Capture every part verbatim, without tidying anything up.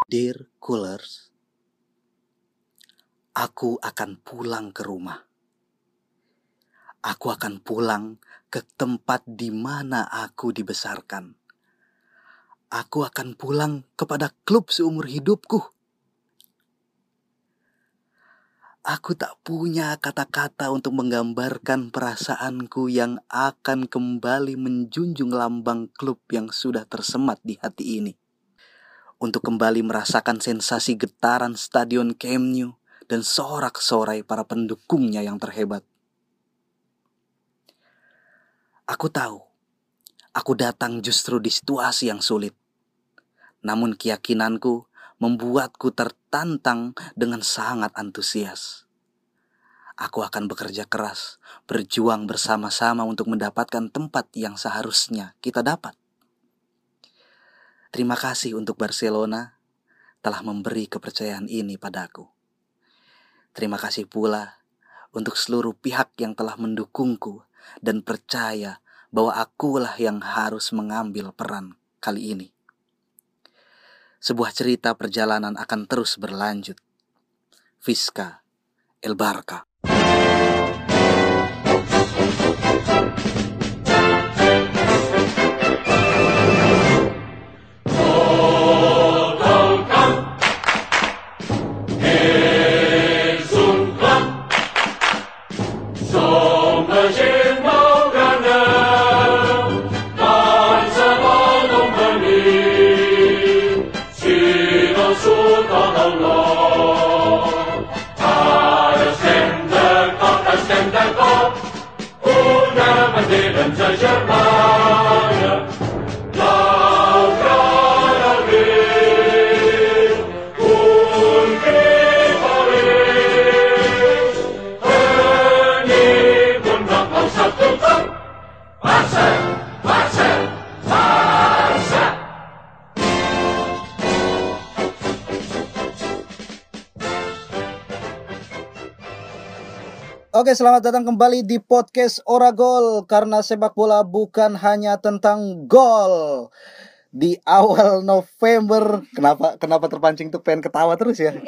Dear Coolers, aku akan pulang ke rumah. Aku akan pulang ke tempat di mana aku dibesarkan. Aku akan pulang kepada klub seumur hidupku. Aku tak punya kata-kata untuk menggambarkan perasaanku yang akan kembali menjunjung lambang klub yang sudah tersemat di hati ini. Untuk kembali merasakan sensasi getaran stadion Camp Nou dan sorak-sorai para pendukungnya yang terhebat. Aku tahu, aku datang justru di situasi yang sulit. Namun keyakinanku membuatku tertantang dengan sangat antusias. Aku akan bekerja keras, berjuang bersama-sama untuk mendapatkan tempat yang seharusnya kita dapat. Terima kasih untuk Barcelona telah memberi kepercayaan ini padaku. Terima kasih pula untuk seluruh pihak yang telah mendukungku dan percaya bahwa akulah yang harus mengambil peran kali ini. Sebuah cerita perjalanan akan terus berlanjut. Visca El Barca. Oke, selamat datang kembali di podcast Oragol, karena sepak bola bukan hanya tentang gol. Di awal November, kenapa kenapa terpancing tuh pengen ketawa terus ya?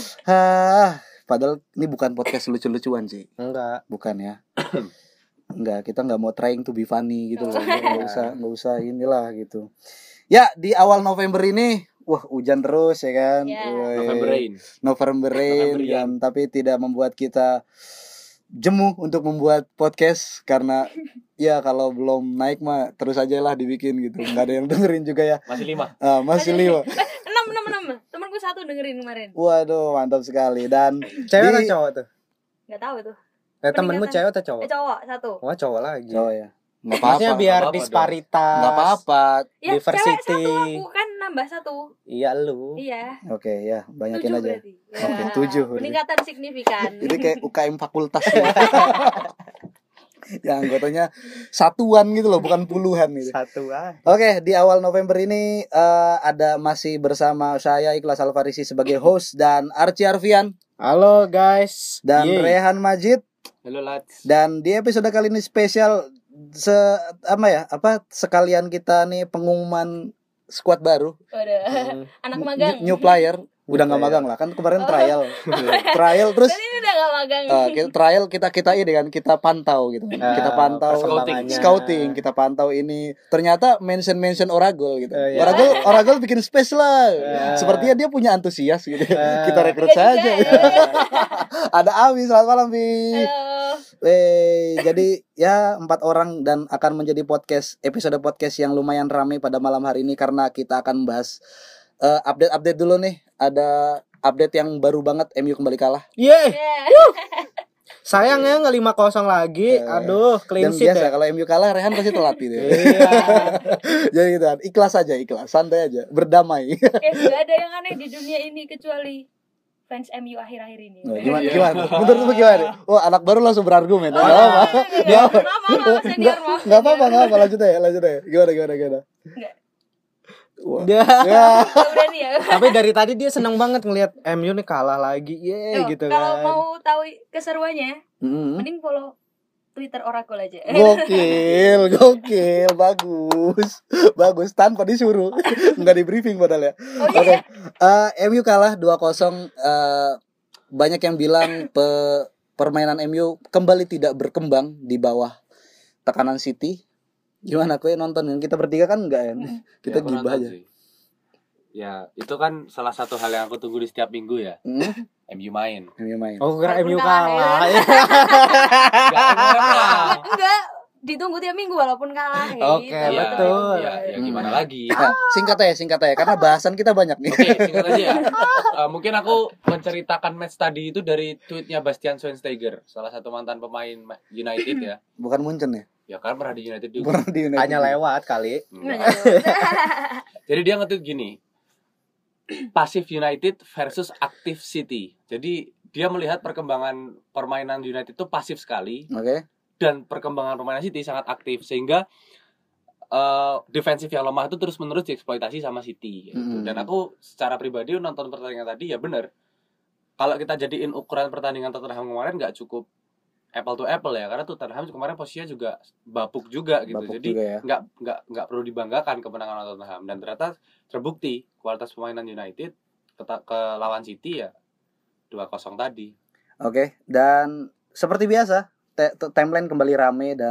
Hah, padahal ini bukan podcast lucu-lucuan sih. Enggak, bukan ya. Enggak, kita nggak mau trying to be funny gitu loh. Nggak usah, nggak usah inilah gitu. Ya, di awal November ini, wah hujan terus ya kan. Yeah. November rain. November rain, November dan tapi tidak membuat kita jemu untuk membuat podcast, karena ya kalau belum naik mah terus aja lah dibikin gitu, nggak ada yang dengerin juga ya. Masih lima. Uh, masih lima. enam enam enam. Temanku satu dengerin kemarin. Waduh, mantap sekali. Dan Cewek di... atau cowok tuh? Nggak tahu tuh. Eh, temenmu cewek atau cowok? Eh, cowok satu. Wah, cowok lagi. Oh ya. Nggak Maksudnya apa-apa. biar Nggak apa-apa disparitas. Nggak apa-apa. Ya, Diversity. cewek satu aku kan nambah satu. Iya lu. Iya. Oke ya, banyakin Tujuh aja. berarti. Oke, Ya. tujuh berarti. Peningkatan signifikan. Ini kayak U K M fakultas. Ya, anggotanya satuan gitu loh, bukan puluhan gitu. Satu ah. Oke, di awal November ini uh, ada masih bersama saya Ikhlas Alfarisi sebagai host, dan Archie Arfian. Halo guys. Dan Yeay. Rehan Majid. Halo lads. Dan di episode kali ini spesial se apa ya? Apa sekalian kita nih pengumuman squad baru. Waduh. Hmm. Anak magang. New, new player. Udah nggak magang lah, kan kemarin Oh. trial. Trial terus Berarti ini udah gak magang. uh, kita, trial kita kita ini kan kita pantau gitu. Kita pantau perkembangannya. scouting, kita pantau ini. Ternyata mention-mention Oragol gitu. Uh, ya. Oragol Oragol bikin space lah. Uh. Sepertinya dia punya antusias gitu. Uh. Kita rekrut Iya juga, saja. ya. Ada Abi, selamat malam Bi. Halo. Eh, jadi ya empat orang, dan akan menjadi podcast episode podcast yang lumayan ramai pada malam hari ini, karena kita akan bahas uh, update-update dulu nih. Ada update yang baru banget, M U kembali kalah. Yeay. Yeah. Sayang ya nggak lima kosong lagi. Aduh, clean Dan sheet biasa ya. kalau M U kalah, Rehan pasti telat gitu. Iya. Jadi gitu kan, ikhlas aja, ikhlas, santai aja, berdamai. Eh, gak ada yang aneh di dunia ini kecuali fans M U akhir-akhir ini. Nah, gimana gimana? Menurutmu gimana? Wah, anak baru langsung berargumen. Oh, Enggak apa. iya. Maaf, maaf, maaf, senior, maaf. Enggak apa-apa, enggak apa, lanjut aja, lanjut aja. Gimana gimana gimana? Enggak. Wah. Dia. Ya. Gak berani ya. Tapi dari tadi dia seneng banget ngelihat M U nih kalah lagi. Yeay Tuh, gitu kalau kan. mau tahu keseruannya, Mm-hmm. mending follow Twitter Oragol aja. Gokil, gokil, bagus, bagus tanpa disuruh, nggak di briefing padahal ya. Oh, Oke, iya. eh, M U kalah dua kosong. eh, banyak yang bilang pe, permainan M U kembali tidak berkembang di bawah tekanan City. Gimana kue nonton kan? Kita bertiga kan enggak ya? Kita Ya, aku gibah nonton aja. sih. Ya, itu kan salah satu hal yang aku tunggu di setiap minggu ya. Hmm? M U main. M U main. Oh, kira M U Walaupun kalah. kalah, Enggak, M U menang. Enggak, ditunggu tiap minggu walaupun kalah. Oke, gitu. Ya, betul. Ya, ya gimana lagi? Nah, singkat aja, singkat aja karena bahasan kita banyak nih. Oke, singkat aja ya. Uh, mungkin aku menceritakan match tadi itu dari tweetnya Bastian Schweinsteiger, salah satu mantan pemain United ya. Bukan Munchen ya? Ya kan pernah di United juga. Pernah di United. Hanya lewat kali. Enggak. Jadi dia nge-tweet gini. Pasif United versus aktif City. Jadi dia melihat perkembangan permainan United itu pasif sekali Oke. dan perkembangan permainan City sangat aktif sehingga uh, defensif yang lemah itu terus-menerus dieksploitasi sama City gitu. Mm-hmm. Dan aku secara pribadi nonton pertandingan tadi ya benar. Kalau kita jadiin ukuran pertandingan Tottenham kemarin nggak cukup apple to apple ya, karena Tottenham kemarin posisinya juga bapuk juga gitu. Bapuk Jadi juga ya. nggak nggak nggak perlu dibanggakan kemenangan Tottenham, dan ternyata terbukti kualitas permainan United ke, ke lawan City ya dua kosong tadi. Oke, dan seperti biasa te- te- timeline kembali rame dan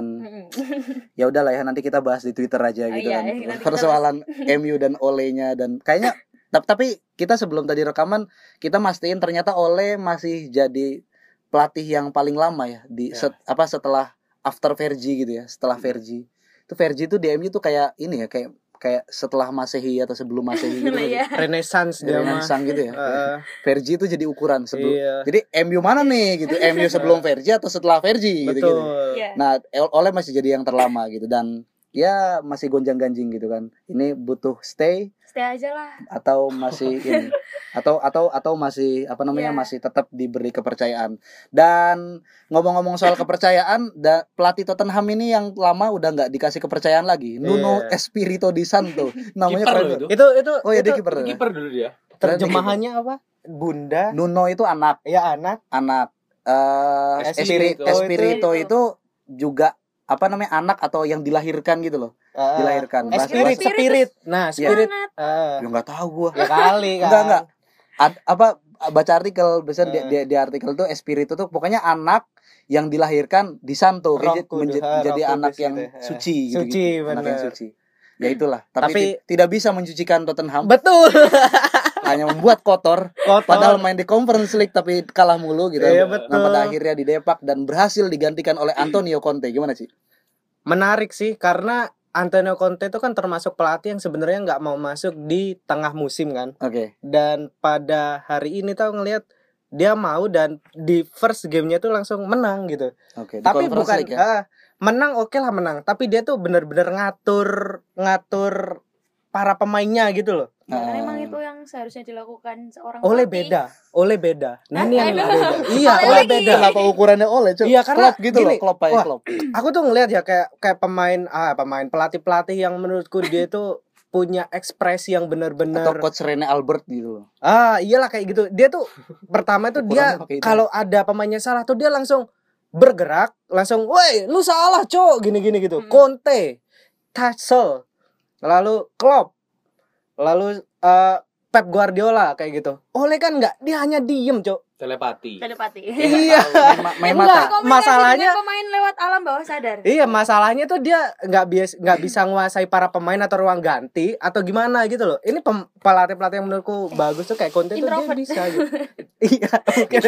ya udahlah ya, nanti kita bahas di Twitter aja gitu iya, kan. nanti kita Persoalan M U dan Ole-nya dan kayaknya tap- tapi kita sebelum tadi rekaman kita mastiin ternyata Ole masih jadi pelatih yang paling lama ya di Ya. set- apa setelah after Fergie gitu ya, setelah Fergie. Itu Fergie tuh di M U tuh kayak ini ya, kayak kayak setelah Masehi atau sebelum Masehi gitu. Iya. Renaissance dia mah. Renaissance gitu ya. Heeh. Fergie itu jadi ukuran sebelum. Iya. Jadi M U mana nih gitu? M U sebelum Fergie atau setelah Fergie gitu gitu. Betul. Iya. Nah, Ole masih jadi yang terlama gitu dan ya masih gonjang-ganjing gitu kan. Ini butuh stay Stay aja lah. atau masih ini atau atau atau masih apa namanya Yeah. masih tetap diberi kepercayaan. Dan ngomong-ngomong soal kepercayaan, da, pelatih Tottenham ini yang lama udah nggak dikasih kepercayaan lagi. Nuno Yeah. Espirito Di Santo. Namanya Kiper keren. loh banget. itu. Itu itu Oh ya, itu dia kiper. ya? Kiper dulu dia. terjemahannya apa? Bunda. Nuno itu anak, Ya anak. anak eh Espirito. Espirito, Espirito itu. itu juga apa namanya anak atau yang dilahirkan gitu loh. Ah. Dilahirkan. Eh, Bahasa- spirit, Spirit. spirit. Nah, spirit. Semangat. Ah. Ya nggak tahu gua. Ya kali kan. Enggak enggak. Ad- apa baca artikel biasanya di, Eh. di, di artikel tuh Espirito tuh pokoknya anak yang dilahirkan di Santo Roh menjadi, Kudus, menjadi, ah, menjadi Roh anak Kudus yang gitu ya. suci gitu, Suci, gitu. Anak yang bener. suci. Ya itulah, tapi, Tapi- ti- tidak bisa mencucikan Tottenham, Betul. hanya membuat kotor. Kotor. Padahal main di Conference League tapi kalah mulu gitu. Iya, Nah, betul. pada akhirnya didepak dan berhasil digantikan oleh Antonio Conte. Gimana sih? Menarik sih karena Antonio Conte itu kan termasuk pelatih yang sebenarnya nggak mau masuk di tengah musim kan. Oke. Dan pada hari ini tuh ngelihat dia mau dan di first gamenya tuh langsung menang gitu. Oke, di Tapi Conference bukan League ya. ah, menang oke lah menang. Tapi dia tuh bener-bener ngatur ngatur para pemainnya gitu loh. Ya, Ah. kan emang itu yang seharusnya dilakukan seorang Oleh pelatih. beda, oleh beda. Nah ini yang Aduh. beda. Iya, Oleh oleh lagi. beda. Kenapa ukurannya oleh? Cok? Iya, karena Klopp gitu gini, loh, Klopp aja wah, Klopp. Aku tuh ngelihat ya kayak kayak pemain ah pemain pelatih-pelatih yang menurutku dia itu punya ekspresi yang Atau benar-benar coach Rene Albert gitu loh. ah iyalah kayak gitu. Dia tuh pertama tuh dia Ukurannya pakai itu. kalau ada pemainnya salah tuh dia langsung bergerak, langsung, "Woi, lu salah, Cok." Gini-gini gitu. Hmm. Conte, Tuchel, lalu Klopp, lalu eh, Pep Guardiola kayak gitu. Oleh kan enggak, dia hanya diem, Cok. Telepati. Telepati. Iya. Main, ma- main Enggak. mata. Komunikasi Masalahnya- dengan pemain lewat alam bawah sadar. Iya, masalahnya tuh dia nggak bias nggak bisa nguasai para pemain atau ruang ganti atau gimana gitu loh. Ini pem- pelatih-pelatih yang menurutku bagus tuh kayak Conte tuh dia Introvert. bisa gitu. Iya, mungkin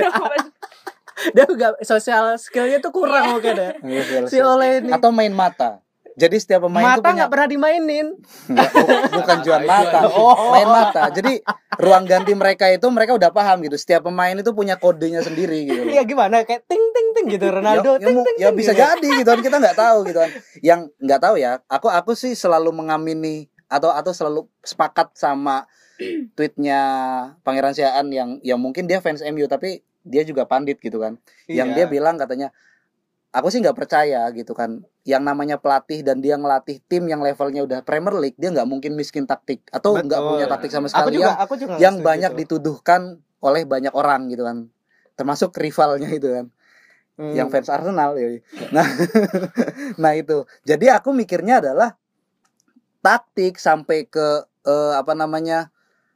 dia nggak social skillnya tuh kurang mungkin ya. Si Ole ini Atau main mata. Jadi setiap pemain itu mata punya nggak pernah dimainin. Nggak, bu- bukan jual mata, Oh. main mata. Jadi ruang ganti mereka itu mereka udah paham gitu. Setiap pemain itu punya kodenya sendiri gitu. loh. Iya gimana kayak ting ting ting gitu Ronaldo ya, ya, ting mu- ting ya ting bisa gitu. jadi gitu kan, kita nggak tahu gitu kan. Yang nggak tahu ya, aku aku sih selalu mengamini atau atau selalu sepakat sama tweetnya Pangeran Siaan yang yang mungkin dia fans M U tapi dia juga pandit gitu kan. Yang Iya. dia bilang katanya, aku sih nggak percaya gitu kan, yang namanya pelatih dan dia ngelatih tim yang levelnya udah Premier League, dia nggak mungkin miskin taktik atau nggak Betul. punya taktik sama Aku sekali juga yang, aku juga yang setuju banyak tuh. dituduhkan oleh banyak orang gitu kan, termasuk rivalnya itu kan. Hmm. yang fans Arsenal ya. Nah, nah itu. Jadi aku mikirnya adalah taktik sampai ke eh, apa namanya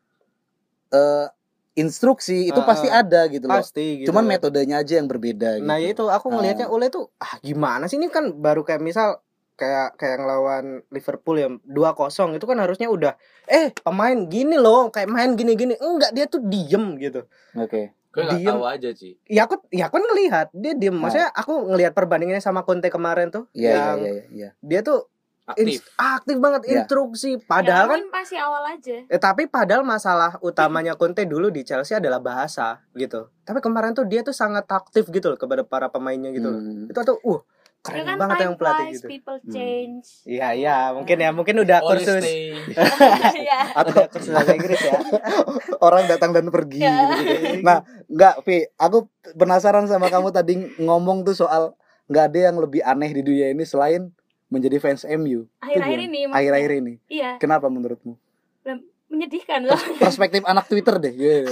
eh, instruksi itu Ah, pasti ah. ada gitu loh. Pasti gitu. Cuman kan. metodenya aja yang berbeda. Nah gitu. itu aku ngelihatnya Ah. Ole tuh ah gimana sih, ini kan baru kayak misal kayak kayak ngelawan Liverpool ya dua kosong itu kan harusnya udah eh pemain gini loh kayak main gini-gini, enggak, dia tuh diem gitu. Oke. Gue nggak Diem. tahu aja sih. Ya aku ya aku kan ngelihat dia diem, maksudnya aku ngelihat perbandingannya sama Conte kemarin tuh Iya, iya, yang iya, iya. dia tuh Aktif. ins- aktif banget Iya. instruksi Ya, padahal kan pasti awal aja. eh, tapi padahal masalah utamanya Conte dulu di Chelsea adalah bahasa gitu. Tapi kemarin tuh dia tuh sangat aktif gitu loh kepada para pemainnya gitu loh. Hmm. Itu tuh uh Ya keren kan banget time yang pelatih flies, gitu. people Hmm. change. Iya iya, mungkin ya mungkin udah Always kursus stay. Iya. udah kursus bahasa Inggris ya. Orang datang dan pergi Ya. gitu. Nah, enggak, Vi, aku penasaran sama kamu tadi ngomong tuh soal nggak ada yang lebih aneh di dunia ini selain menjadi fans M U. Akhir-akhir Itu ini gimana? maksudnya. Akhir-akhir ini. Iya, Kenapa menurutmu? menyedihkan loh. Perspektif anak Twitter deh. Gitu.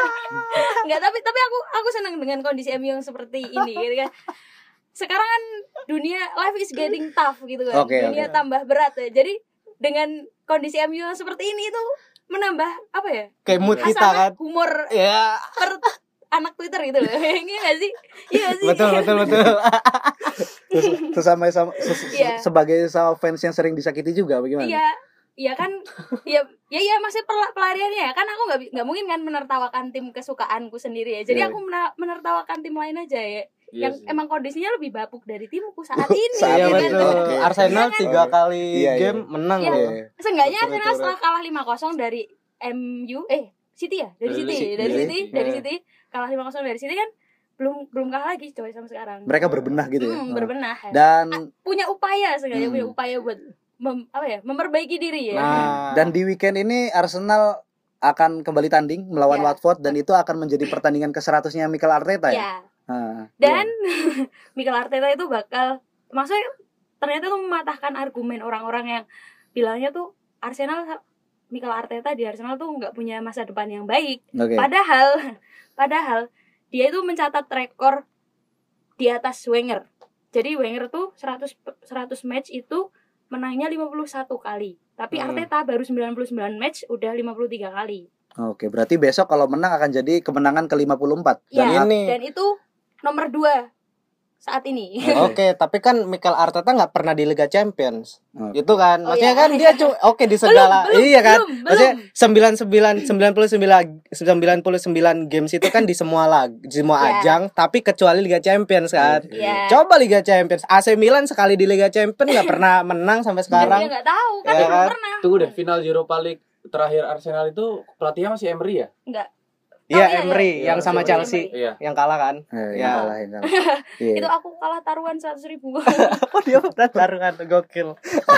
Enggak, tapi tapi aku aku senang dengan kondisi M U yang seperti ini gitu kan. Sekarang kan dunia life is getting tough gitu kan. Oke, dunia oke. tambah berat ya. Jadi dengan kondisi M U yang seperti ini itu menambah apa ya? Kayak mood kita hasanah kan. humor Ya, per anak Twitter gitu loh. Iya enggak sih? Iya nggak sih? betul betul betul. Terus sesama sama ses- Iya. sebagai sama fans yang sering disakiti juga bagaimana? Iya. Iya kan, ya, ya, ya masih pel- pelariannya ya kan aku nggak bi- nggak mungkin kan menertawakan tim kesukaanku sendiri ya. Jadi Iya. aku mena- menertawakan tim lain aja ya. Iya yang sih. emang kondisinya lebih bapuk dari timku saat ini. Saat Iya gitu. ini, betul. oke. Arsenal Iya kan? tiga Oke. kali Iya, iya. game menang Iya. loh. Iya. Seenggaknya Betul, Arsenal betul. setelah kalah lima kosong dari M U eh City ya? Dari Dari City, City. dari Iya. City, dari Iya. City. Kalah lima kosong dari City kan belum belum kalah lagi coy sampai sekarang. Mereka berbenah gitu ya. Hmm, berbenah. Dan Punya upaya seenggaknya Hmm. punya upaya buat mem- apa ya? Memperbaiki diri ya. Nah, dan di weekend ini Arsenal akan kembali tanding melawan Ya. Watford dan itu akan menjadi pertandingan ke seratusnya Mikel Arteta ya. Ya. Ah, Dan Mikel Arteta itu bakal, maksudnya ternyata tuh mematahkan argumen orang-orang yang bilangnya tuh Arsenal, Mikel Arteta di Arsenal tuh nggak punya masa depan yang baik. Oke. Padahal, padahal dia itu mencatat rekor di atas Wenger. Jadi Wenger tuh seratus seratus match itu menangnya lima puluh satu kali. Tapi Hmm. Arteta baru sembilan puluh sembilan match udah lima puluh tiga kali. Oke, berarti besok kalau menang akan jadi kemenangan ke lima puluh empat. Ya, Dan ini- dan itu nomor dua saat ini. Oke, tapi kan Mikel Arteta nggak pernah di Liga Champions. Oke. Itu kan. Oh, Maksudnya iya. kan dia cu- oke di segala. Belum, belum, iya kan? belum, Maksudnya belum. sembilan puluh sembilan sembilan puluh sembilan sembilan puluh sembilan games itu kan di semua lag, di semua Iya. ajang, tapi kecuali Liga Champions kan. Iya. Coba Liga Champions, A C Milan sekali di Liga Champions nggak pernah menang sampai sekarang. Dia nggak tahu kan, Ya belum kan? pernah. Tunggu deh, final Europa League terakhir Arsenal itu pelatihnya masih Emery ya? Enggak. Iya, Oh, iya, Emery iya. yang sama Iya, Chelsea Iya. yang kalah kan. Eh, Ya. yang kalah, yang kalah. Iya. Itu aku kalah taruhan seratus ribu. Oh dia pernah taruhan gokil.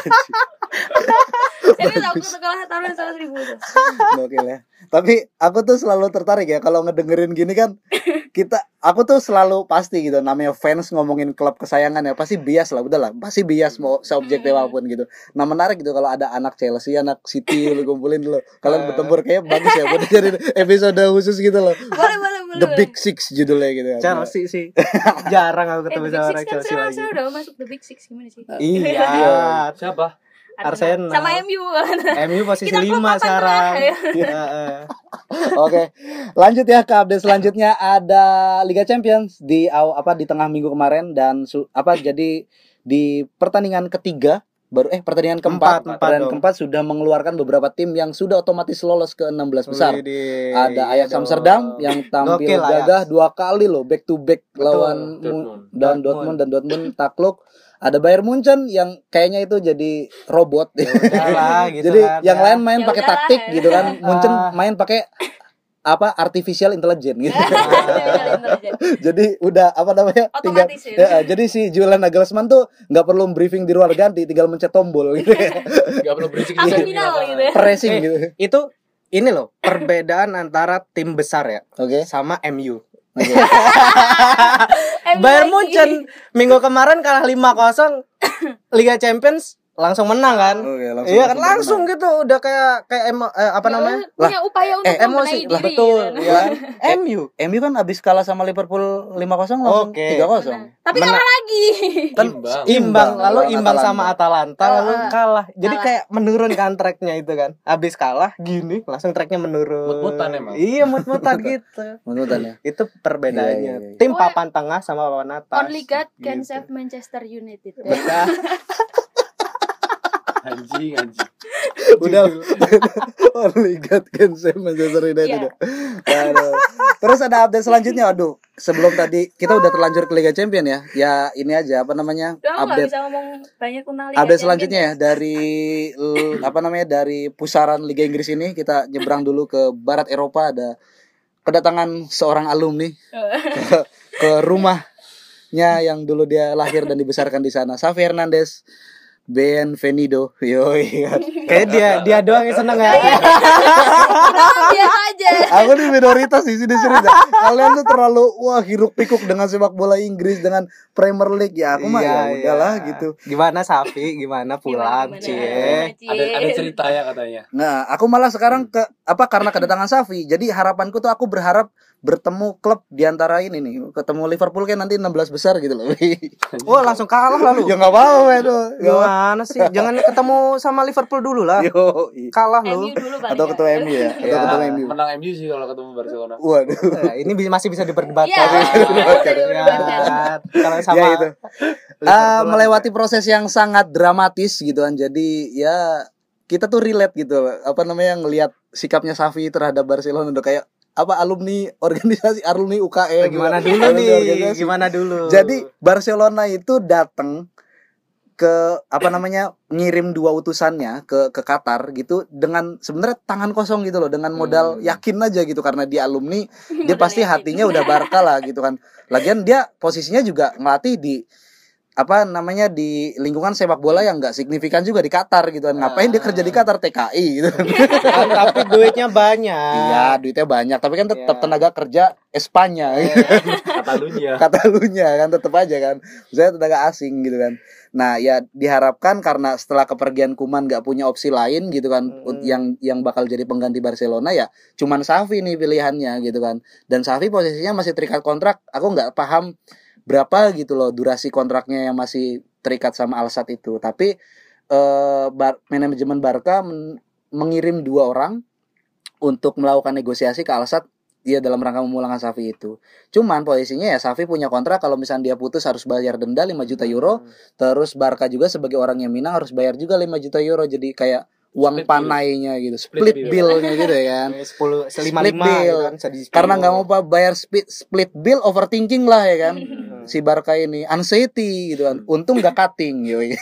Serius aku tuh kalah taruhan seratus ribu tuh. Gokil ya. Tapi aku tuh selalu tertarik ya kalau ngedengerin gini kan kita aku tuh selalu pasti gitu namanya fans ngomongin klub kesayangan ya pasti bias lah udahlah pasti bias mau seobjektif Hmm. apapun gitu. Nah menarik gitu kalau ada anak Chelsea, anak City lu kumpulin dulu. Kalian Eh. bertempur kayak bagus ya buat jadi episode khusus gitu loh. Boleh, boleh, boleh. The boleh. Big Six judulnya gitu kan. Chelsea sih. Jarang aku Eh, ketemu The Big sama Six orang kan Chelsea sekarang lagi. saya udah masuk The Big Six gimana sih? Iya. Siapa? Arsenal. Sama M U. M U posisi Kita klub lima papan sekarang. tengah, ya. Heeh. Oke, lanjut ya ke update selanjutnya ada Liga Champions di aw- apa di tengah minggu kemarin dan su, apa jadi di pertandingan ketiga baru eh pertandingan keempat Empat, empat pertandingan dong. keempat sudah mengeluarkan beberapa tim yang sudah otomatis lolos ke enam belas besar. Widih, Ada iya Ajax dong. Amsterdam yang tampil Gokil, Ajax. gagah dua kali loh back to back Betul, lawan Mu- Dortmund. dan Dortmund. Dortmund dan Dortmund takluk. Ada Bayern Munchen yang kayaknya itu jadi robot. Udahlah, gitu Jadi kan, yang ya. lain main Ya pakai udahlah, taktik ya. gitu kan. Munchen Ah. main pakai apa artificial intelligence gitu. Intelijen. Jadi udah apa namanya? Tinggal Otomatis ya. ya, jadi si Julian Nagelsmann tuh nggak perlu briefing di ruang ganti, tinggal mencet tombol gitu. Gak perlu berisik Langsung di final lapangan. gitu ya. Pressing Eh, gitu. Itu ini loh perbedaan antara tim besar ya Oke. sama M U. Oke. M U Bayern lagi. Munchen minggu kemarin kalah lima kosong Liga Champions langsung menang kan? Oke, langsung- iya kan langsung langsung gitu udah kayak kayak emo, eh, apa Ya, namanya? punya upaya untuk eh, membenahi Emosi diri. lah betul kan. ya kan? M U. M U kan abis kalah sama Liverpool lima kosong langsung Oke. tiga kosong. Menang. Tapi Menang. kalah lagi. Kan Imbang. Imbang lalu lawan imbang Atalanta. sama Atalanta Oh, lalu oh. kalah. Jadi Kalah. kayak menurun kan tracknya itu kan. Habis kalah gini langsung tracknya menurun. Mut-mutan emang. Iya mut-mutan gitu. Menurut ya. Itu perbedaannya. Iya, iya, iya. Tim Oh, papan tengah sama papan atas. Only God can Gitu. save Manchester United. Udah, Anjing, anjing. Udah only God can save Manchester United. Iya. Aduh. Terus ada update selanjutnya. Aduh, sebelum tadi kita udah terlanjur ke Liga Champion ya. Ya ini aja apa namanya? Udah aku nggak update bisa ngomong banyak tentang Liga update Champions. selanjutnya ya dari l- apa namanya dari pusaran Liga Inggris ini kita nyebrang dulu ke barat Eropa. Ada kedatangan seorang alumni ke, ke rumahnya yang dulu dia lahir dan dibesarkan di sana. Xavi Hernandez, Bienvenido. Yoi. kayak dia dia doang yang seneng ya. Biasa aja. Aku di minoritas di sini cerita. Kalian tuh terlalu wah hiruk pikuk dengan sepak bola Inggris dengan Premier League ya. Aku mah Iya, ya udahlah iya. gitu. Gimana Safi? Gimana pulang, Gimana, Cie? gimana? Ada ada cerita ya katanya. Nah, aku malah sekarang ke apa karena kedatangan Xavi. Jadi harapanku tuh aku berharap bertemu klub di antara ini nih. Ketemu Liverpool kan nanti enam belas besar gitu loh. Wah, langsung kalah lalu. ya enggak apa-apa itu. Gimana sih? Jangan ketemu sama Liverpool dulu lah. Yo. Kalah M lu. U dulu paling Atau nggak. ketua M U ya. Atau Ya. ketua M U. Menang M U sih kalau ketemu Barcelona. Waduh. Nah, ini bi- masih bisa diperdebatkan. Iya, bisa diperdebatkan. Ya, kalau sama Ya itu. Liverpool Ah, melewati proses yang sangat dramatis gitu kan. Jadi ya kita tuh relate gitu. Apa namanya ngelihat sikapnya Xavi terhadap Barcelona udah kayak apa alumni organisasi alumni U K M. gimana gitu. dulu Alumni nih? organisasi. Gimana dulu? Jadi Barcelona itu datang ke apa namanya ngirim dua utusannya ke ke Qatar gitu dengan sebenarnya tangan kosong gitu loh dengan modal Hmm. yakin aja gitu karena dia alumni dia Modal pasti yakin. hatinya udah Barca lah gitu kan. Lagian dia posisinya juga ngelatih di apa namanya di lingkungan sepak bola yang nggak signifikan juga di Qatar gitu kan. Ngapain dia kerja di Qatar T K I gitu kan. Kan, tapi duitnya banyak. Iya, duitnya banyak tapi kan tetap Iya. tenaga kerja Espanya gitu. Katalunya. Katalunya kan tetap aja kan. Saya tenaga asing gitu kan. Nah, ya diharapkan karena setelah kepergian Koeman nggak punya opsi lain gitu kan Hmm. yang yang bakal jadi pengganti Barcelona ya cuman Xavi nih pilihannya gitu kan. Dan Xavi posisinya masih terikat kontrak. Aku nggak paham berapa gitu loh durasi kontraknya yang masih terikat sama Al-Sadd itu. Tapi eh bar, manajemen Barca men- mengirim dua orang untuk melakukan negosiasi ke Al-Sadd dia dalam rangka memulangkan Xavi itu. Cuman posisinya ya Xavi punya kontrak kalau misalnya dia putus harus bayar denda lima juta euro. Terus Barca juga sebagai orang yang Minang harus bayar juga lima juta euro. Jadi kayak uang Split bill. panainya gitu. Split Split, bill. bill-nya gitu ya kan. sepuluh lima Split lima bill. kan, bisa di- Karena nggak mau pa- bayar split, split bill overthinking lah ya kan. Hmm. Si Barca ini anxiety gitu kan. Untung nggak cutting yoi.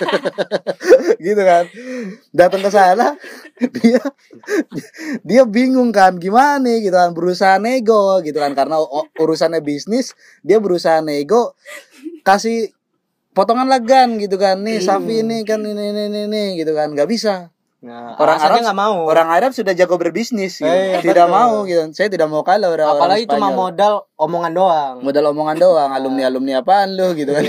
gitu kan. Datang ke sana dia dia bingung kan gimana nih gitu kan berusaha nego gitu kan karena o- urusannya bisnis dia berusaha nego kasih potongan legan gitu kan nih Xavi ini kan ini ini ini, ini gitu kan nggak bisa. Nah, Orang alasannya Arab nggak mau. Orang Arab sudah jago berbisnis gitu. Eh, Tidak betul. mau gitu. Saya tidak mau kalah orang Apalagi orang cuma Spanyol. modal omongan doang. modal omongan doang alumni-alumni apaan lu gitu kan.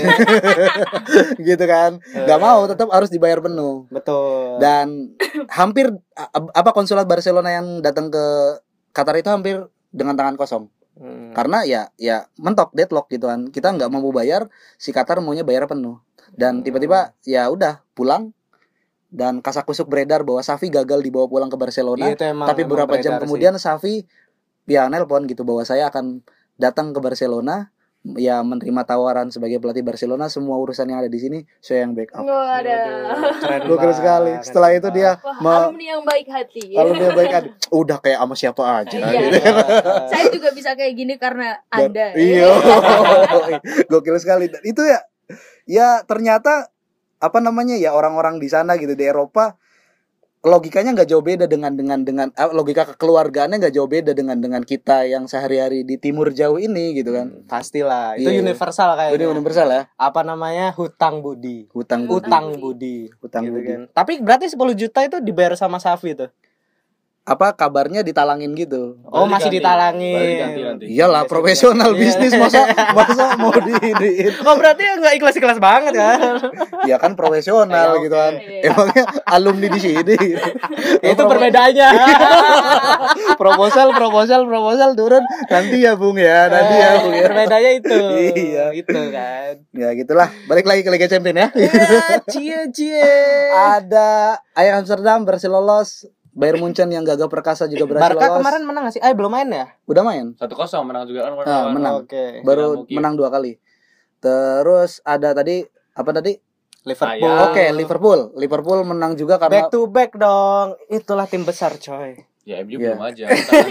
gitu kan. Nggak mau tetap harus dibayar penuh. Betul. Dan hampir a- apa konsulat Barcelona yang datang ke Qatar itu hampir dengan tangan kosong. Hmm. Karena ya ya mentok deadlock gitu kan. Kita nggak mampu bayar, si Qatar maunya bayar penuh. Dan tiba-tiba ya udah pulang dan kasak-kusuk beredar bahwa Xavi gagal dibawa pulang ke Barcelona. Iya, itu emang- Tapi emang beberapa jam beredar kemudian Xavi ya nelpon gitu bahwa saya akan datang ke Barcelona ya menerima tawaran sebagai pelatih Barcelona, semua urusan yang ada di sini saya yang backup. Nggak ada. Keren Gokil banget, sekali. keren Setelah itu dia banget. Wah, me- alumni yang baik hati. kalau dia baik hati, udah kayak sama siapa aja Iya. gitu. Saya juga bisa kayak gini karena Anda. Iya. Gokil sekali. Dan itu ya ya ternyata apa namanya ya orang-orang di sana gitu di Eropa logikanya nggak jauh beda dengan dengan dengan ah, logika kekeluargaannya nggak jauh beda dengan dengan kita yang sehari-hari di timur jauh ini gitu kan. Pastilah, itu Iya. universal kayaknya. Jadi universal ya Apa namanya? Hutang budi. hutang budi. Utang budi. Hutang Gitu budi. kan. Tapi berarti sepuluh juta itu dibayar sama Xavi tuh. apa kabarnya ditalangin gitu. Oh, Berarti masih ganti. ditalangin. Berarti ganti nanti. Iyalah Biasa profesional juga. bisnis Iya. masa masa mau di, di Oh, berarti nggak ikhlas-ikhlas banget kan? ya kan profesional Iya, gitu kan. oke. Emangnya alumni di sini. Itu perbedaannya. proposal proposal proposal turun nanti ya Bung ya, nanti ya Bung ya. Perbedaannya itu. Iya. Itu kan. Ya gitulah. Balik lagi ke Liga Champions ya. Ya, cie cie. Ada Ajax Amsterdam berhasil lolos. Bayern Munchen yang gagah perkasa juga berhasil Barca lolos. kemarin menang nggak sih? Eh, belum main ya? Udah main. Satu kosong menang juga kan. Ah, menang. Oke. Baru Dinamo Kiev. menang dua kali. Terus ada tadi apa tadi? Liverpool. Sayang. Oke, Liverpool. Liverpool menang juga karena Back to back dong. Itulah tim besar, coy. Ya M U Iya. belum aja.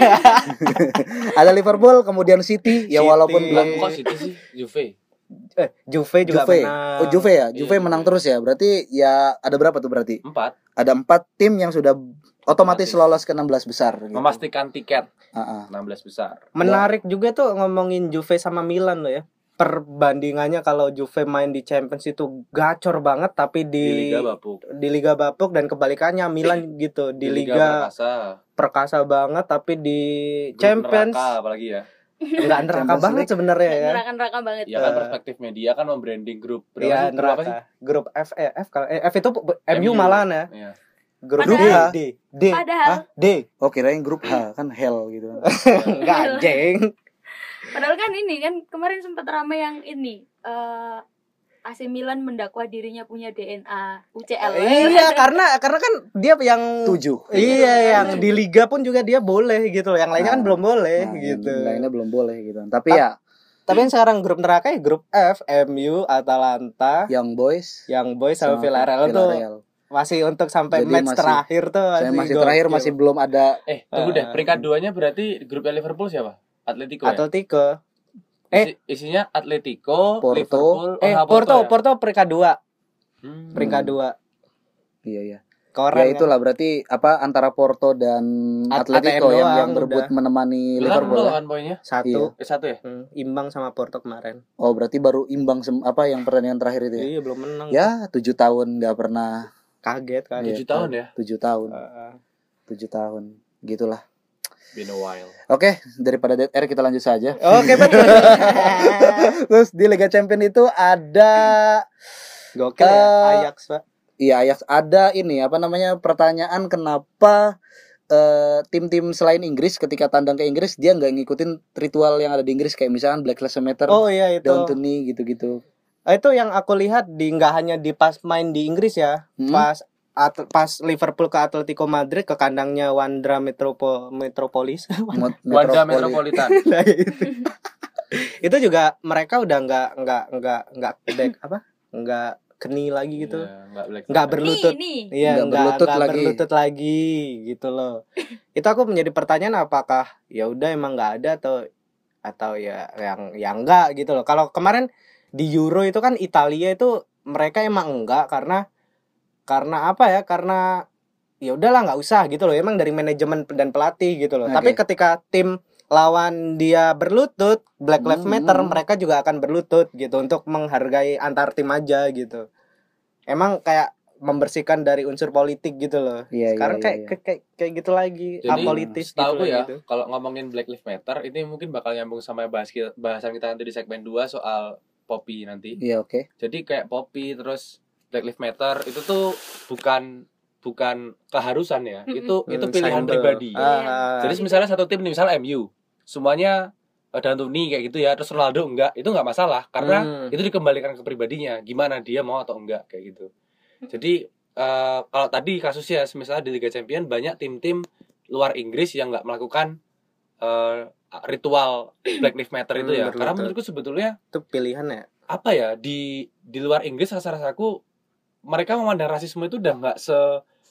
ada Liverpool, kemudian City, ya City. walaupun Belum belum kok City sih, Juve. Eh, Juve juga Juve. menang. Oh, Juve ya. Juve Iya, menang Juve. terus ya. Berarti ya ada berapa tuh berarti? Empat. Ada empat tim yang sudah otomatis Otomatis. lolos ke enam belas besar gitu. Memastikan tiket Ah, ah. enam belas besar. Menarik juga tuh ngomongin Juve sama Milan loh ya. Perbandingannya kalau Juve main di Champions itu gacor banget, tapi Di di Liga bapuk. di Liga bapuk, dan kebalikannya Milan gitu di, Di Liga Liga, Perkasa. perkasa banget, tapi di Grup Champions neraka apalagi ya. enggak neraka Champions banget League. sebenarnya ya. neraka-neraka banget. Ya kan Eh. perspektif media kan membranding grup. Berapa Iya, sih? Grup apa sih? neraka. Grup F eh, F kalau eh, F itu M U M U. malahan ya. Iya. Grup Padahal- D, D, D. Padahal Hah? D. Oh, kirain grup H kan hell gitu. Enggak, jeng. Padahal kan ini kan kemarin sempat ramai yang ini eh A C Milan mendakwa dirinya punya D N A U C L. Iya, karena karena kan dia yang Tujuh. Iya, yang di liga pun juga dia boleh gitu loh. Yang lainnya kan Nah, belum boleh Nah, gitu. yang lainnya belum boleh gitu. Tapi ya Tapi yang sekarang grup neraka ya grup F, M U, Atalanta, Young Boys Young Boys sama Villarreal tuh Villarreal. masih untuk sampai Jadi match masih- terakhir tuh. Saya masih gokil. terakhir masih belum ada Eh, tunggu deh. Ah. Peringkat duanya berarti grupnya Liverpool siapa? Atletico ya? Atletico. eh. Isi- isinya Atletico, Porto. Liverpool, Eh, oh, Porto, ya? Porto peringkat dua, Hmm. peringkat dua. Iya ya. Keren. Ya itulah berarti apa antara Porto dan At- Atletico A T M yang doang, yang berebut udah. menemani Milan Liverpool. nol Ya. kan poinnya? Satu. Eh, satu ya? Hmm, imbang sama Porto kemarin. Oh, berarti baru imbang sem- apa yang pertandingan terakhir itu ya? Iya, belum menang. Ya, tujuh tahun nggak pernah. Kaget kan. Iya. tujuh tahun ya? Tujuh tahun. Heeh. Tujuh tahun. Gitulah. Been a while. Oke, daripada dead air kita lanjut saja. Oke, betul. Terus di Liga Champions itu ada Gokil ya, Eh, Ajax, Pak. iya Ajax ada ini apa namanya pertanyaan kenapa eh, tim-tim selain Inggris ketika tandang ke Inggris dia nggak ngikutin ritual yang ada di Inggris kayak misalkan Black Lives Matter, Oh iya itu. Down to Knee gitu-gitu. Ah, itu yang aku lihat di nggak hanya di pas main di Inggris ya, Hmm. pas at- pas Liverpool ke Atletico Madrid ke kandangnya Wanda Metropo Metropolis. Mot- Wanda Metropoli- Metropolitan. Nah, itu. Itu juga mereka udah nggak nggak nggak nggak back apa nggak keni lagi gitu, Iya, nggak Black nggak Lives berlutut. Nih, nih. Iya, Nggak nggak berlutut nggak lagi. berlutut lagi gitu loh. Itu aku menjadi pertanyaan apakah ya udah emang nggak ada atau atau ya yang yang enggak gitu loh. Kalau kemarin di Euro itu kan Italia itu mereka emang enggak karena karena apa ya? Karena ya udahlah nggak usah gitu loh. Emang dari manajemen dan pelatih gitu loh. Oke. Tapi ketika tim lawan dia berlutut, Black Lives Hmm. Matter, mereka juga akan berlutut gitu untuk menghargai antar tim aja gitu. Emang kayak membersihkan dari unsur politik gitu loh. Iya, Sekarang iya, kayak, iya. kayak kayak kayak gitu lagi, Jadi, apolitis gitu, setahu lah ya, gitu. kalau ngomongin Black Lives Matter ini mungkin bakal nyambung sama bahas kita, bahasan kita nanti di segmen dua soal Poppy nanti. Iya, oke. Jadi kayak Poppy terus Black Lives Matter itu tuh bukan bukan keharusan ya. Mm-mm. Itu itu Hmm, pilihan symbol. pribadi. Ah, Jadi misalnya satu tim nih, misalnya M U, semuanya ada Anthony kayak gitu ya, terus Ronaldo enggak, itu enggak masalah karena Hmm. itu dikembalikan ke pribadinya, gimana dia mau atau enggak kayak gitu. Jadi eh, kalau tadi kasusnya misalnya di Liga Champions banyak tim-tim luar Inggris yang enggak melakukan eh, ritual Black Lives Matter itu Hmm, ya. Karena berlutut. menurutku sebetulnya itu pilihan ya. apa ya, di di luar Inggris rasa-rasaku mereka memandang rasisme itu udah nggak se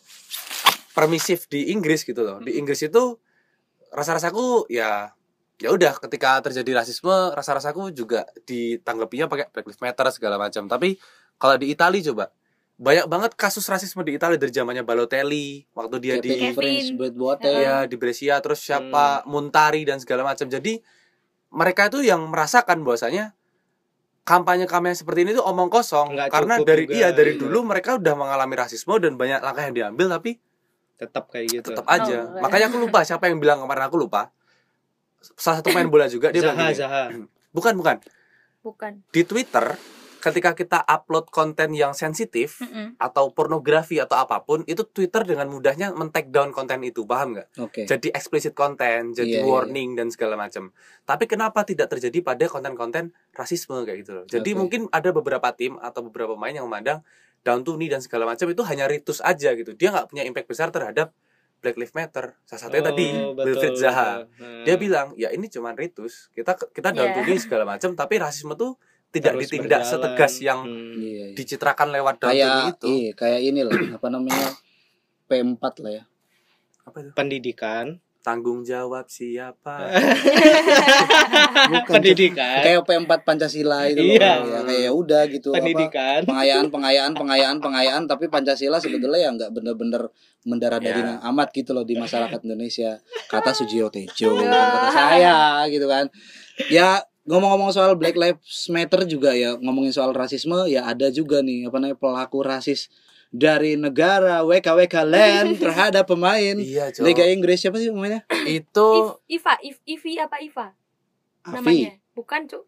permisif di Inggris gitu loh. Di Inggris itu rasa-rasaku ya ya udah ketika terjadi rasisme rasa-rasaku juga ditanggapinya pakai Black Lives Matter segala macam. Tapi kalau di Italia coba banyak banget kasus rasisme di Italia dari zamannya Balotelli waktu dia di Kevin. Prince Boateng. ya di Brescia, terus siapa Montari dan segala macam. Jadi mereka itu yang merasakan bahwasanya kampanye-kampanye seperti ini tuh omong kosong. Nggak Karena cukup dari juga, iya dari iya. dulu mereka udah mengalami rasisme dan banyak langkah yang diambil tapi Tetap kayak gitu. tetap aja. Oh. Makanya aku lupa siapa yang bilang kemarin, aku lupa. Salah satu pemain bola juga dia bilang Zaha, gini. Zaha. Bukan, bukan. Bukan. Di Twitter ketika kita upload konten yang sensitif Mm-mm. atau pornografi atau apapun, itu Twitter dengan mudahnya men-take down konten itu, paham nggak? Oke. Jadi explicit konten, jadi Iya, iya, warning dan segala macam. Tapi kenapa tidak terjadi pada konten-konten rasisme kayak gitu loh? Jadi Oke. mungkin ada beberapa tim atau beberapa pemain yang memandang Down to Knee dan segala macam itu hanya ritus aja gitu. Dia nggak punya impact besar terhadap Black Lives Matter. Salah satunya tadi Oh, Wilfried betul, Zaha. betul. Nah, Dia bilang, ya ini cuma ritus. Kita kita down to Iya. knee segala macam, tapi rasisme tuh tidak terus ditindak berjalan. setegas yang Hmm. Iya, iya. dicitrakan lewat down to knee Kayak itu. iya, kayak ini lah, apa namanya? P empat lah ya. Apa itu? Pendidikan. Tanggung jawab siapa? Bukan, Pendidikan. Kayak P empat Pancasila itu loh. Iya. Ya, kayak ya udah gitu apa, Pendidikan. pengayaan pengayaan pengayaan pengayaan tapi Pancasila sebetulnya ya nggak bener-bener mendarah daging Ya. amat gitu loh di masyarakat Indonesia, kata Sujiwo Tejo, bukan kata saya gitu kan. Ya ngomong-ngomong soal Black Lives Matter juga ya, ngomongin soal rasisme ya, ada juga nih apa namanya pelaku rasis dari negara W K W K Land terhadap pemain Iya, Cok. Liga Inggris. Siapa sih pemainnya? Itu If, Iva, If, Ivi apa Iva? Afi. Namanya. Bukan, Cuk.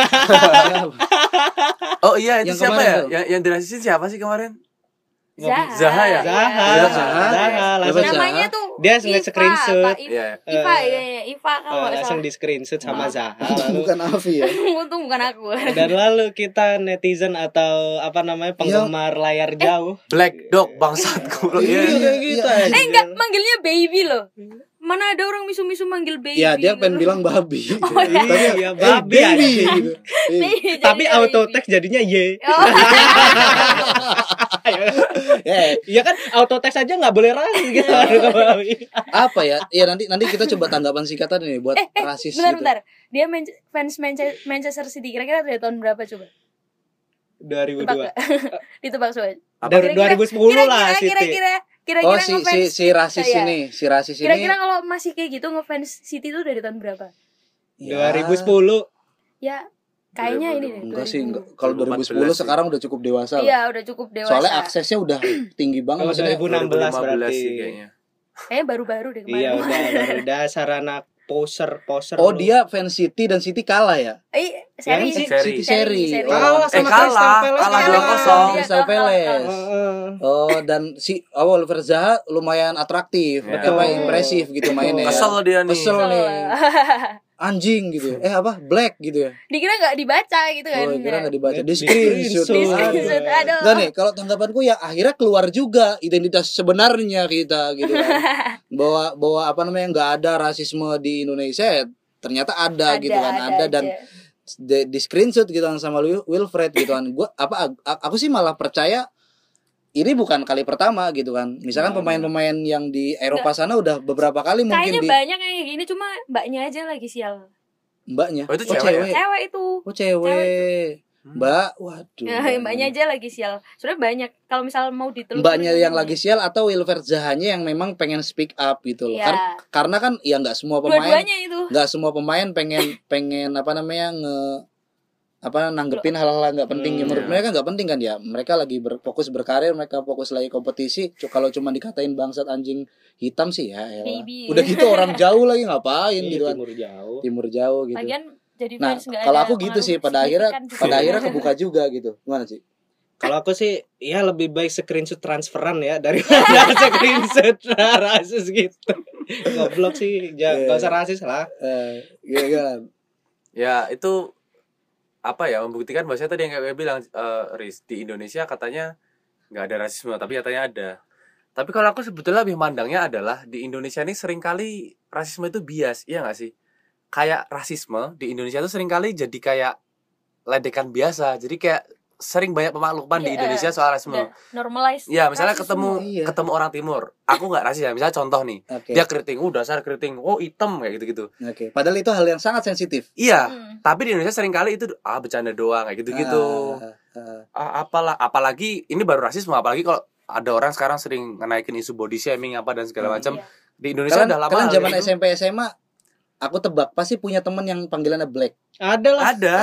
oh iya itu Yang siapa kemarin ya? tuh. Yang yang dirasisin siapa sih kemarin? Zaha. Zaha ya? Zaha, Iya, Zaha, Zaha. Zaha, langsung Zaha. Namanya tuh Dia sengaja Iva, screenshot. Pak. If- Iya. Iva, Eh, iya, iya, Iva kalau eh, nggak langsung salah. di screenshot sama Zaha. Itu Lalu, bukan Afi ya. Untung bukan aku. dan lalu kita netizen atau apa namanya penggemar layar jauh. Black Dog bangsatku. Iya, Iya. kayak gitu Iya. aja. Eh enggak, manggilnya baby loh. Mana ada orang misu-misu manggil baby. Ya dia pengen gitu. bilang babi. Oh, iya. Tapi, Iya, eh, babi baby anjing. gitu. Eh, Baby, Tapi jadinya auto baby. text jadinya Y. Oh. eh, Iya kan auto text aja nggak boleh rasis gitu. apa ya? Ya nanti nanti kita coba tanggapan singkatan nih buat Eh, eh, rasis bentar, gitu. bentar. Dia Man- fans Manche- Manchester City. Kira-kira dari tahun berapa coba? dua ribu Tebak dua. gak? Ditebak coba. Dari Kira-kira- dua ribu sepuluh lah Kira-kira, Siti. kira-kira, kira-kira Oh si si ngefans- si rasis Iya. ini, si rasis ini. Kira-kira kalau masih kayak gitu ngefans City tuh dari tahun berapa? Ya, dua ribu sepuluh. Ya, kayaknya ini deh. Enggak sih, dua ribu. enggak. Kalau dua ribu sepuluh sekarang udah cukup dewasa lah. Iya, udah cukup dewasa. Soalnya aksesnya udah tinggi banget Oh, maksudnya. dua ribu enam belas berarti. sih kayaknya. Kayaknya baru-baru deh kemarin. Iya udah baru dasar anak poser poser. Oh, lu. dia fans City dan City kalah ya? Eh, seri. Yang Seri. City seri. seri. Oh. Kalah Eh sama kalah, Crystal Palace. kalah Kalah. dua kosong. Iya. Crystal Palace. Heeh. Oh, dan si oh, Wilfried Zaha lumayan atraktif, Iya. apa impresif gitu mainnya. Kesel dia nih. Kesel Kesel. nih. Anjing gitu. Eh apa? Black gitu ya. Dikira nggak dibaca gitu kan. Oh, kira nggak dibaca. Di Di screenshot. screenshot. Aduh. Screenshot, aduh. Enggak nih, kalau tanggapanku ya akhirnya keluar juga identitas sebenarnya kita gitu kan. Bahwa bahwa apa namanya nggak ada rasisme di Indonesia ya, ternyata ada, gitu kan. Ada, dan aja. di, di screenshot gitu kan sama Wil- Wilfred gitu kan. Gua apa ag- aku sih malah percaya ini bukan kali pertama gitu kan. Misalkan Nah, pemain-pemain yang di Eropa sana udah beberapa kali mungkin Kayaknya di banyak yang kayak gini, cuma mbaknya aja lagi sial. mbaknya. Oh, itu cewek ya? Cewek itu. Oh cewek. Hmm. Mbak, waduh. Ya, mbaknya aja lagi sial. Sebenarnya banyak. Kalau misal mau ditelusuri. Mbaknya yang lagi sial atau Wilfried Zahanya yang memang pengen speak up gitu loh. Iya. Kar- karena kan ya nggak semua pemain Dua-duanya itu. nggak semua pemain pengen pengen apa namanya nge apa nanggepin hal-hal nggak penting. Ya, Hmm, menurut iya. mereka nggak penting kan ya. Mereka lagi berfokus berkarir, mereka fokus lagi kompetisi. C- Kalau cuma dikatain bangsat anjing hitam sih ya. elah. Baby. Udah gitu orang jauh lagi ngapain Iya, gitu kan. timur jauh. Timur jauh gitu. Lagian jadi Nah, fans nggak kalau ada aku gitu pengaruh sih pada akhirnya signifikan juga. pada akhirnya kebuka juga gitu. Gimana sih? Kalau aku sih ya lebih baik screenshot transferan ya daripada screenshot rasis gitu. Goblok sih, jangan Iya. usah rasis lah. Eh, iya kan. Ya itu apa ya, membuktikan bahwa saya tadi yang kayak bilang eh, Riz, di Indonesia katanya nggak ada rasisme, tapi katanya ada. Tapi kalau aku sebetulnya lebih mandangnya adalah di Indonesia ini seringkali rasisme itu bias, iya nggak sih? Kayak rasisme di Indonesia itu seringkali jadi kayak ledekan biasa, jadi kayak sering banyak pemakluman di Iya, Indonesia soal rasisme. Udah normalize. Ya misalnya rasisme. ketemu Iya. ketemu orang timur, aku nggak rasis ya, misalnya contoh nih, Oke. dia keriting, oh dasar keriting, oh hitam kayak gitu-gitu. Oke. Padahal itu hal yang sangat sensitif. Iya, Hmm. tapi di Indonesia seringkali itu ah bercanda doang kayak gitu-gitu. Ah, ah, Ah, apalah apalagi ini baru rasisme, apalagi kalau ada orang sekarang sering ngenaikin isu body shaming apa dan segala Hmm. macam. Iya. Di Indonesia Kalian, udah lama kalian hal zaman itu. S M P S M A aku tebak pasti punya teman yang panggilannya Black. Ada lah. Ada.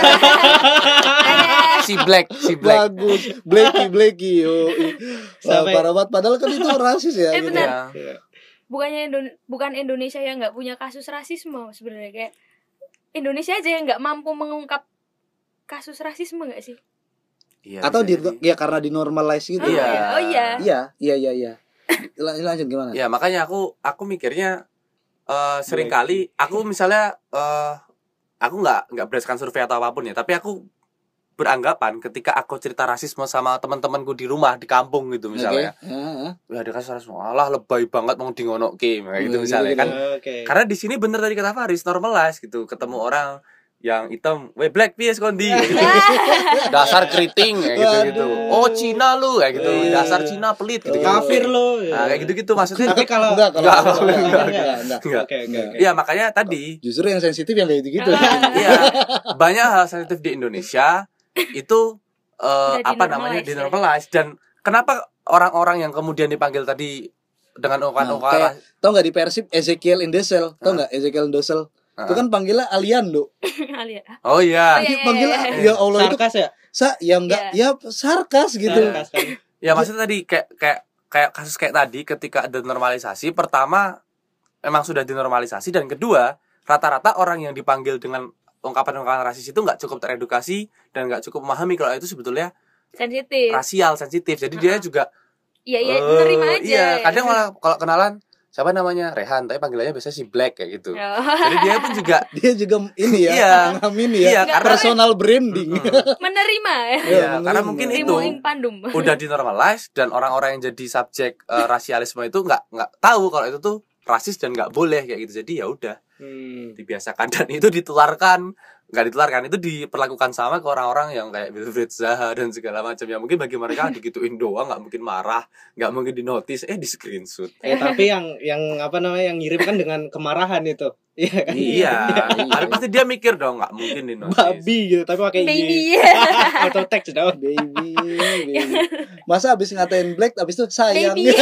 Ada. Si Black, si Black. Bagus, Blacky Blacky yo. Wah, Sampai- parah banget. Padahal kan itu rasis ya. Eh, gitu. benar. Ya. Bukannya Indon- bukan Indonesia yang nggak punya kasus rasisme sebenarnya, kayak Indonesia aja yang nggak mampu mengungkap kasus rasisme nggak sih? Iya, Atau di, bisa jadi. ya karena dinormalize gitu. Oh, Iya. iya. Oh iya. Iya, iya, iya, iya. Lan- Lanjut gimana? Ya makanya aku aku mikirnya eh sering kali aku misalnya eh aku nggak nggak berdasarkan survei atau apapun ya, tapi aku beranggapan ketika aku cerita rasisme sama teman-temanku di rumah di kampung gitu misalnya, Oke. Heeh. wah ada kasus rasisme, alah lebay banget mau dingonoke kayak gitu Oh, misalnya gitu-gitu. kan. Oke. Karena di sini bener tadi kata Faris, normalize gitu, ketemu orang yang hitam, weh black pies kondi, gitu. Dasar keriting kayak gitu gitu. Oh Cina lu kayak gitu, Iya. dasar Cina pelit gitu. gitu. Kafir lo. Nah, kayak gitu-gitu maksudnya. Tapi kalau Enggak, kalau Enggak, enggak, enggak, enggak, enggak. enggak. Enggak. Oke oke oke. Iya makanya tadi Justru yang sensitif yang kayak gitu. Iya, banyak hal sensitif di Indonesia itu eh, Udah apa namanya dinormalize, dinormalize, dan kenapa orang-orang yang kemudian dipanggil tadi dengan Nah, ungkapan-ungkapan kayak, tau nggak di Persib Ezekiel Indesel, tau nggak Ezekiel Indesel? Itu kan panggilnya Aliando. Kali ya. oh iya, Oh, iya, iya, Panggil iya, ya Allah itu Sarkas ya? sa ya enggak ya sarkas gitu. Sarkas kan. ya maksudnya tadi kayak kayak kayak kasus kayak tadi ketika ada normalisasi, pertama emang sudah dinormalisasi, dan kedua rata-rata orang yang dipanggil dengan ungkapan-ungkapan rasis itu nggak cukup teredukasi dan nggak cukup memahami kalau itu sebetulnya Sensitif. rasial sensitif, jadi dia juga Iya iya, Eh, menerima aja. Iya, kadang malah kalau kenalan siapa namanya Rehan, tapi panggilannya biasanya si Black kayak gitu. Oh. Jadi dia pun juga Dia juga ini ya, Iya. mengamini Iya, ya, karena- personal branding. menerima ya. iya, menerima. karena mungkin itu Rimo ing pandum. udah dinormalize, dan orang-orang yang jadi subjek eh, rasialisme itu nggak nggak tahu kalau itu tuh rasis dan nggak boleh kayak gitu. Jadi ya udah Hmm. dibiasakan, dan itu ditularkan, nggak ditularkan, itu diperlakukan sama ke orang-orang yang kayak Wilfried Zaha dan segala macam, yang mungkin bagi mereka digituin doang nggak mungkin marah, nggak mungkin dinotis, eh di screenshot. Eh tapi yang yang apa namanya yang ngirim kan dengan kemarahan itu. Iya kan? Iya, tapi pasti dia mikir dong, nggak mungkin dinotis. Babi gitu tapi pakai Baby. Y. Auto text dong. Baby, baby. Masa habis ngatain Black, habis itu sayang. Baby.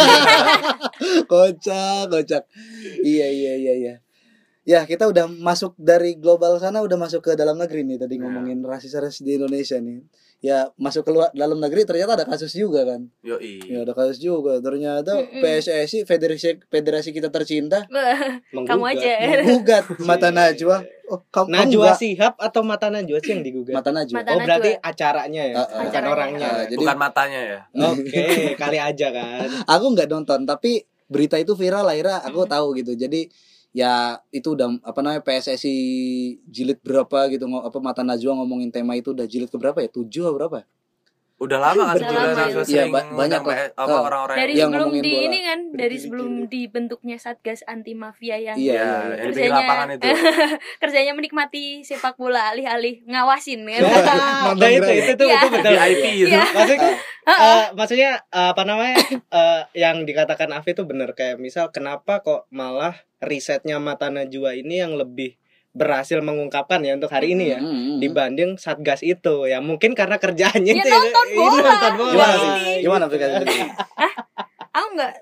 Kocak, kocak. Iya, iya, iya, iya. Ya, kita udah masuk dari global sana, udah masuk ke dalam negeri nih. Tadi Ya. ngomongin rasis-rasis di Indonesia nih. Ya, masuk ke luar dalam negeri ternyata ada kasus juga kan. Yoi. Ya, ada kasus juga. Ternyata Mm-mm. P S S I, Federasi Federasi kita tercinta, Kamu aja. menggugat Mata Najwa. Oh, kamu, kamu Najwa enggak? Shihab atau Mata Najwa sih yang digugat? Mata Najwa. Mata Oh Najwa. berarti acaranya ya, Uh, uh. bukan Acaranya. orangnya. Uh, jadi Bukan matanya ya. Oke, kali aja kan. aku nggak nonton, tapi berita itu viral, akhirnya aku tahu gitu. Jadi ya itu udah apa namanya P S S I jilid berapa gitu, ngo- apa Mata Najwa ngomongin tema itu udah jilid ke berapa ya, tujuh atau berapa? Udah lama kan Udah sebenarnya lama Najwa itu. sering Iya, ba- banyak ngundang lah. apa Oh. orang-orang Dari Yang sebelum ngomongin di bola. ini kan, dari Berdiri-diri. sebelum dibentuknya Satgas Anti Mafia yang Iya, ya, iya, yang iya. di pinggir lapangan itu. kerjanya menikmati sepak bola alih-alih ngawasin kan. Nah itu itu itu, Iya. itu betul. V I P itu. Iya. Maksudnya, eh, maksudnya eh, apa namanya eh, yang dikatakan Afi itu benar, kayak misal kenapa kok malah risetnya Mata Najwa ini yang lebih berhasil mengungkapkan ya untuk hari ini ya Hmm, hmm, hmm. dibanding Satgas itu ya, mungkin karena kerjaannya Ya, itu nonton ini bola. nonton bola. Gimana Ini. sih? Gimana aplikasi itu? Aku nggak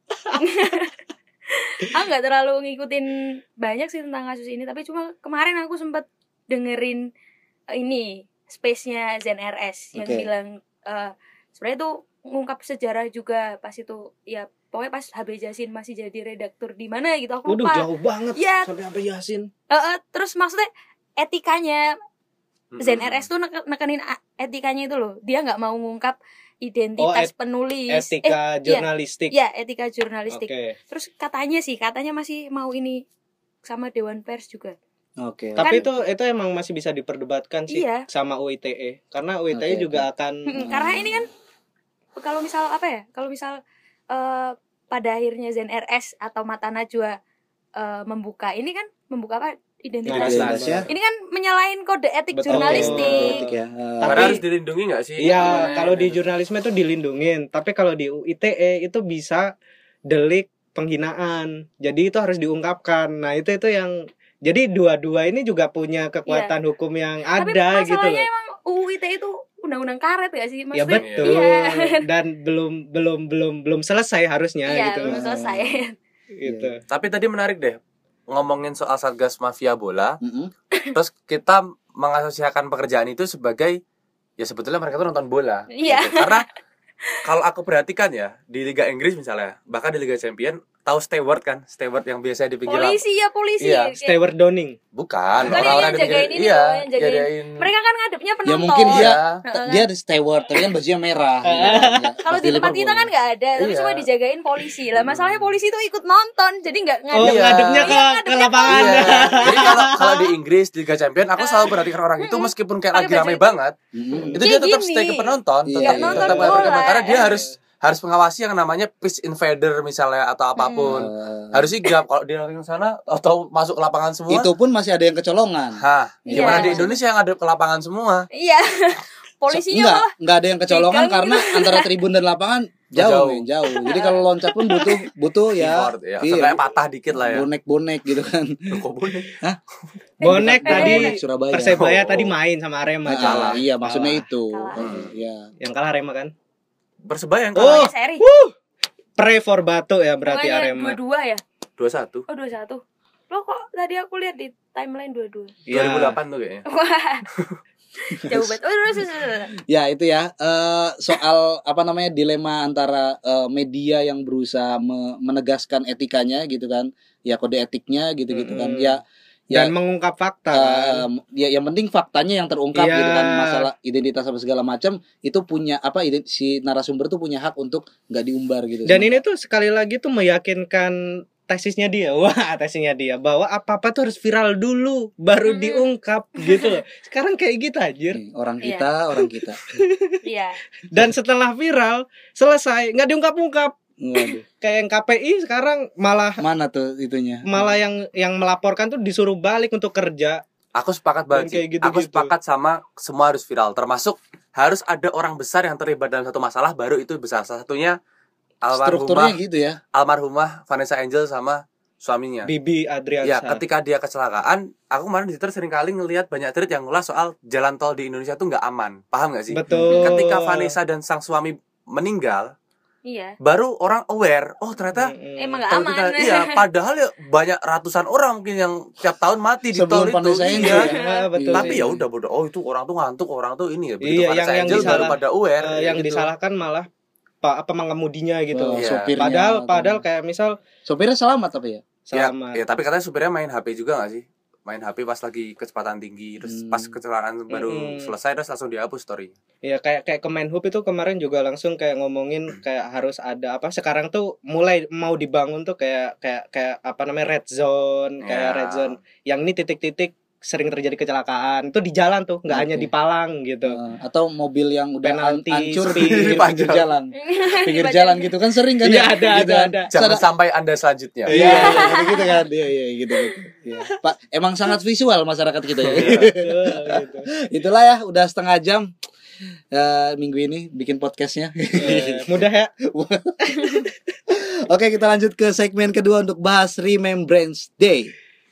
aku nggak terlalu ngikutin banyak sih tentang kasus ini, tapi cuma kemarin aku sempat dengerin eh, ini space-nya Zen R S yang Oke. bilang eh, sebenarnya itu ngungkap sejarah juga pas itu, ya pokoknya pas H B Jasin masih jadi redaktur di mana gitu aku Waduh lupa. jauh banget Ya. sampai sampai Yasin. Eh, eh, terus maksudnya etikanya Zen Mm-mm. R S tuh neke- nekenin a- etikanya itu loh, dia nggak mau ngungkap identitas Oh, et- penulis, Etika eh, iya. jurnalistik. Ya, etika jurnalistik. Oke. Terus katanya sih, katanya masih mau ini sama Dewan Pers juga. Oke. Tapi Kan- itu itu emang masih bisa diperdebatkan sih Iya. sama U I T E, karena U I T E Oke, juga akan Mm-mm, Karena ini kan kalau misal apa ya? Kalau misal eh, pada akhirnya Zen R S atau Mata Najwa eh, membuka ini kan membuka apa? Identitas. Identitas. ya. Ini kan menyalahin kode etik Betul. jurnalistik. Etik ya. Eh, Tapi- Karena harus dilindungi nggak sih? Iya, Namanya. kalau di jurnalisme itu dilindungin, tapi kalau di U I T E itu bisa delik penghinaan. Jadi itu harus diungkapkan. Nah, itu itu yang jadi dua-dua ini juga punya kekuatan hukum yang Tapi ada gitu masalahnya loh. emang U U I T E itu undang-undang karet gak sih? Ya Maksudnya, betul. Iya, Dan belum belum belum belum selesai harusnya iya gitu. belum selesai. Gitu. Tapi tadi menarik deh. ngomongin soal Satgas Mafia Bola, Mm-mm. terus kita mengasosiasikan pekerjaan itu sebagai ya sebetulnya mereka tuh nonton bola. Iya. Gitu. Karena kalau aku perhatikan ya di Liga Inggris misalnya, bahkan di Liga Champion, tahu steward kan, steward yang biasa di pinggir Polisi ya polisi. Iya, Kayak- Stewart Downing. bukan, Bukan orang-orang yang di pinggir jagain ini iya, loh, yang jagain. jagain. Mereka kan ngadepnya penonton. Ya mungkin dia Iya. Heeh, dia di steward tapi kan bajunya merah. gitu. Ya, Kalau pas di tempat Liverpool. kita kan nggak ada, tapi Iya. cuma dijagain polisi. Lah masalahnya polisi itu ikut nonton, jadi nggak Oh, ngadep. Iya. ngadepnya ke, Iya, ke ngadepnya lapangan. Iya. Jadi kalau kalau di Inggris di Liga Champion, aku selalu perhatikan orang itu meskipun kayak Pakai lagi baju rame itu. banget, Mm-mm. itu Kayak dia tetap gini. stay ke penonton, Iya, tetap nonton tetap bola. ngadepin karena dia harus harus mengawasi yang namanya pitch invader misalnya atau apapun. Eh, Harus sigap kalau dia lagi ke sana atau masuk ke lapangan semua. itu pun masih ada yang kecolongan. Hah, gimana Iya. di Indonesia yang ada ke lapangan semua? Iya. So- Polisinya enggak, malah enggak ada yang kecolongan Digang karena antara tribun dan lapangan jauh, Jauh. men, jauh. Jadi kalau loncat pun butuh butuh ya, Effort, ya. iya, Seenggaknya patah dikit lah ya. bonek-bonek gitu kan. Kok boleh? Bonek Eh, tadi Bonek Surabaya. Persebaya Oh. tadi main sama Arema. Ah, kalah. iya, maksudnya Kalah. itu. Kalah. Eh, Iya. Yang kalah Arema kan. Persebaya yang Oh. kalah seri. Pre for Bato ya berarti Pokoknya Arema. dua-dua ya. dua satu. Oh dua satu. Lo kok tadi aku lihat di timeline dua-dua. Iya. dua ribu delapan tuh kayaknya. Wah. Jauh banget. Oh, terus terus, terus. Ya itu ya eh, soal apa namanya dilema antara eh, media yang berusaha me- menegaskan etikanya gitu kan, ya kode etiknya gitu-gitu kan, Mm-mm. ya ya Dan mengungkap fakta kan. eh, ya yang penting faktanya yang terungkap Iya. gitu kan, masalah identitas apa segala macam itu punya apa ident- si narasumber tuh punya hak untuk nggak diumbar gitu. Dan ini tuh sekali lagi tuh meyakinkan tesisnya dia. Wah, tesisnya dia bahwa apa-apa tuh harus viral dulu baru Hmm. diungkap gitu loh. Sekarang kayak gitu anjir. Nih, orang Iya. kita, orang kita. Iya. Dan setelah viral selesai nggak diungkap-ungkap. Waduh. Kayak yang K P I sekarang malah Mana tuh itunya? malah yang yang melaporkan tuh disuruh balik untuk kerja. Aku sepakat banget. Dan kayak sih. gitu-gitu. Aku sepakat sama semua harus viral, termasuk harus ada orang besar yang terlibat dalam satu masalah baru itu besar. Salah satunya Strukturnya almarhumah gitu ya. almarhumah Vanessa Angel sama suaminya. Bibi Adriansa. Ya, ketika dia kecelakaan, aku kemarin di Twitter sering kali ngelihat banyak tweet yang ngulas soal jalan tol di Indonesia tuh nggak aman. Paham nggak sih? Betul. Ketika Vanessa dan sang suami meninggal, Iya. baru orang aware, oh ternyata Mm-mm. Emang nggak tol aman. kita, iya, padahal ya banyak ratusan orang mungkin yang tiap tahun mati di tol Sebelum itu. Vanessa Angel Iya. ya. Ah, betul. Tapi ya udah bodoh. Oh itu orang tuh ngantuk, orang tuh ini ya. Begitu Iya, Vanessa yang- yang Angel baru disalah- pada aware. Eh, kayak yang gitu. disalahkan malah pa- apa pengemudinya gitu. Oh, Iya. sopirnya. Padahal padahal kayak misal Sopirnya selamat tapi ya. Ya, selamat. ya, tapi katanya supirnya main H P juga gak sih? Main H P pas lagi kecepatan tinggi, terus Hmm. pas kecelakaan baru Mm-mm. selesai terus langsung dihapus story. Ya kayak kayak Kemenhub itu kemarin juga langsung kayak ngomongin kayak harus ada apa sekarang tuh mulai mau dibangun tuh kayak kayak kayak apa namanya red zone, kayak Ya. red zone. Yang ini titik-titik sering terjadi kecelakaan itu di jalan tuh, nggak Oke. hanya di palang gitu. Eh, atau mobil yang udah an- Penalti, hancur speed, di pinggir, pinggir panjang. jalan. Pinggir jalan gitu kan sering kan Iya, ya? ada, Gitu ada, kan. ada. Jangan Sada- sampai Anda selanjutnya. Iya, gitu, gitu kan. Iya, iya, gitu gitu. Iya. Pak, emang sangat visual masyarakat kita ya. Betul, gitu. Itulah ya, udah setengah jam eh, minggu ini bikin podcastnya. Eh, mudah ya. Oke, kita lanjut ke segmen kedua untuk bahas Remembrance Day.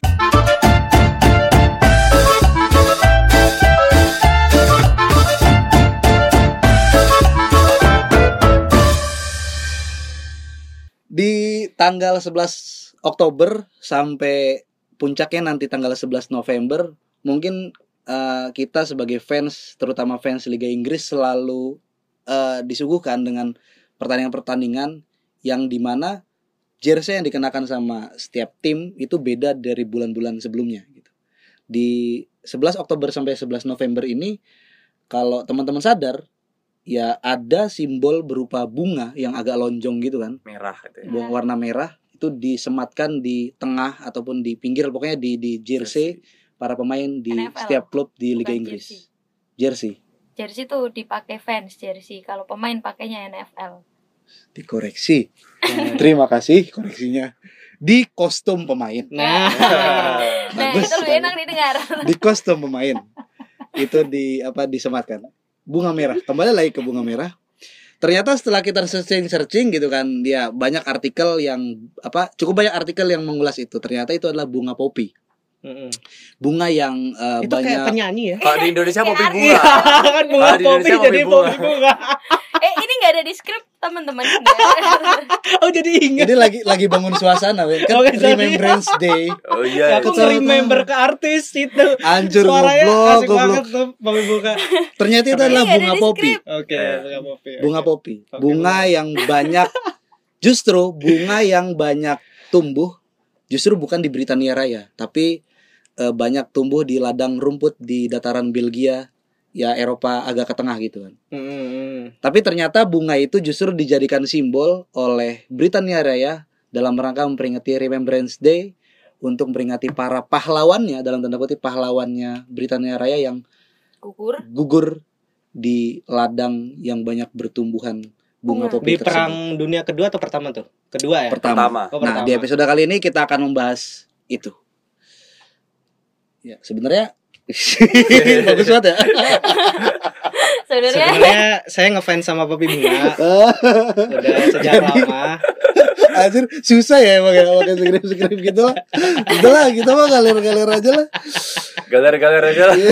Di tanggal sebelas Oktober sampai puncaknya nanti tanggal sebelas November, mungkin eh, kita sebagai fans, terutama fans Liga Inggris selalu eh, disuguhkan dengan pertandingan-pertandingan yang dimana jersey yang dikenakan sama setiap tim itu beda dari bulan-bulan sebelumnya gitu. Di sebelas Oktober sampai sebelas November ini, kalau teman-teman sadar, ya ada simbol berupa bunga yang agak lonjong gitu kan, Merah gitu ya. bunga warna merah itu disematkan di tengah ataupun di pinggir, pokoknya di di jersey para pemain di N F L, setiap klub di Liga bukan Inggris. jersey. Jersey. Jersey tuh dipakai fans jersey. Kalau pemain pakainya N F L. Dikoreksi. Terima kasih koreksinya. Di kostum pemain. Nah, Nah, Bagus itu lebih sekali. enak didengar. Di kostum pemain. Itu di apa disematkan. Bunga merah. Kembali lagi ke bunga merah. Ternyata setelah kita searching-searching gitu kan, dia banyak artikel yang apa cukup banyak artikel yang mengulas itu. Ternyata itu adalah bunga popi. mm-mm. Bunga yang eh, itu kayak banyak penyanyi ya. Kalau di Indonesia popi Kayak bunga. Kan bunga Ah, di popi Indonesia jadi popi bunga. popi bunga. Eh ini nggak ada di skrip teman-teman. Oh jadi ingat. Jadi lagi lagi bangun suasana, Wen. Kan Oke, sorry. Remembrance Day. Oh iya. Aku Betul. nge-remember ke artis itu. Anjur, Suaranya goblok, asik goblok. banget tuh Mami Buka. Ternyata itu adalah Ini nggak ada bunga di popi. skrip. Oke, Eh. bunga popi. Bunga oke. popi. Oke, Bunga yang banyak, justru bunga yang banyak tumbuh justru bukan di Britania Raya, tapi eh, banyak tumbuh di ladang rumput di dataran Belgia, ya Eropa agak ke tengah gitu kan. Hmm. Tapi ternyata bunga itu justru dijadikan simbol oleh Britania Raya dalam rangka memperingati Remembrance Day untuk memperingati para pahlawannya, dalam tanda kutip pahlawannya Britania Raya yang Gugur. gugur di ladang yang banyak bertumbuhan bunga Bunga. popi Di tersebut. perang dunia kedua atau pertama tuh? Kedua ya? Pertama. Oh, Nah, pertama. di episode kali ini kita akan membahas itu. Ya, sebenarnya bagus banget ya. Sebenarnya Sebenarnya saya ngefans sama Poppy Bunga. Udah sejak lama. Anjir, susah ya emang ya pakai skrip-skrip gitu lah. Udah lah, kita mah galer-galer aja lah. Galer-galer aja lah.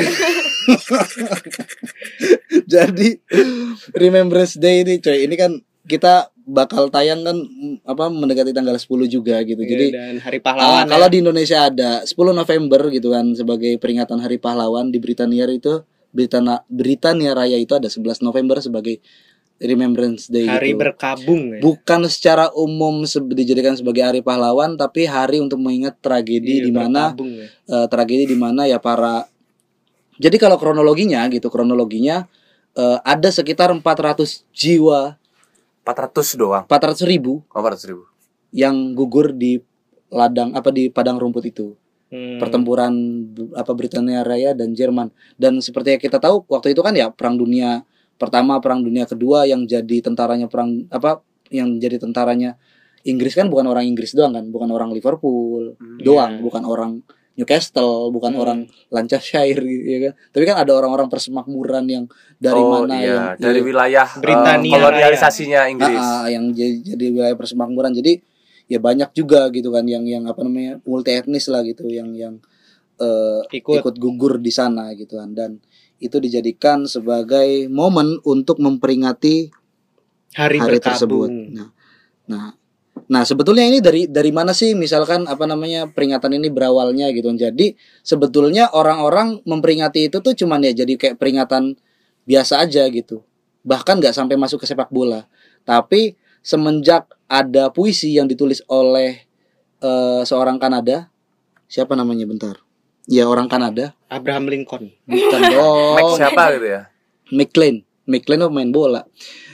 Jadi Remembrance Day ini coy, ini kan kita bakal tayang kan mm, apa mendekati tanggal sepuluh juga gitu. Jadi dan Hari uh, Pahlawan. kalau ya. di Indonesia ada sepuluh November gitu kan sebagai peringatan Hari Pahlawan, di Britania itu Britania Britania Raya itu ada sebelas November sebagai Remembrance Day Hari gitu. berkabung ya. Bukan secara umum se- dijadikan sebagai hari pahlawan, tapi hari untuk mengingat tragedi Iya, di mana berkabung ya. eh, tragedi di mana ya para. Jadi kalau kronologinya gitu, kronologinya eh, ada sekitar empat ratus jiwa, empat ratus doang. empat ratus ribu Oh, empat ratus ribu. yang gugur di ladang apa di padang rumput itu. Hmm. Pertempuran b- apa Britania Raya dan Jerman. Dan seperti yang kita tahu waktu itu kan ya Perang Dunia Pertama, Perang Dunia Kedua, yang jadi tentaranya perang apa yang jadi tentaranya Inggris kan bukan orang Inggris doang kan, bukan orang Liverpool Hmm, doang, iya. bukan orang Newcastle, bukan Hmm. orang Lancashire gitu ya kan. Tapi kan ada orang-orang persemakmuran yang dari oh, mana iya. yang dari iya, wilayah Britania eh, kolonialisasinya Inggris. ah, ah, yang jadi, jadi wilayah persemakmuran. Jadi ya banyak juga gitu kan yang yang apa namanya multi etnis lah gitu yang yang eh, Ikut. ikut gugur di sana gitu kan, dan itu dijadikan sebagai momen untuk memperingati Hari, hari berkabung. tersebut. Nah, nah, nah sebetulnya ini dari dari mana sih misalkan apa namanya peringatan ini berawalnya gitu. Jadi sebetulnya orang-orang memperingati itu tuh cuman ya jadi kayak peringatan biasa aja gitu. Bahkan nggak sampai masuk ke sepak bola. Tapi semenjak ada puisi yang ditulis oleh eh, seorang Kanada, siapa namanya bentar? Ya orang Kanada, Abraham Lincoln. bukan Mac dong. siapa gitu ya? McLean, McLean tuh main bola.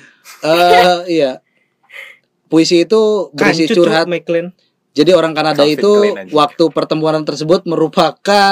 Eh iya. Puisi itu berisi Kancut curhat. tuh, McLean. Jadi orang Kanada Calvin itu Klein aja. waktu pertempuran tersebut merupakan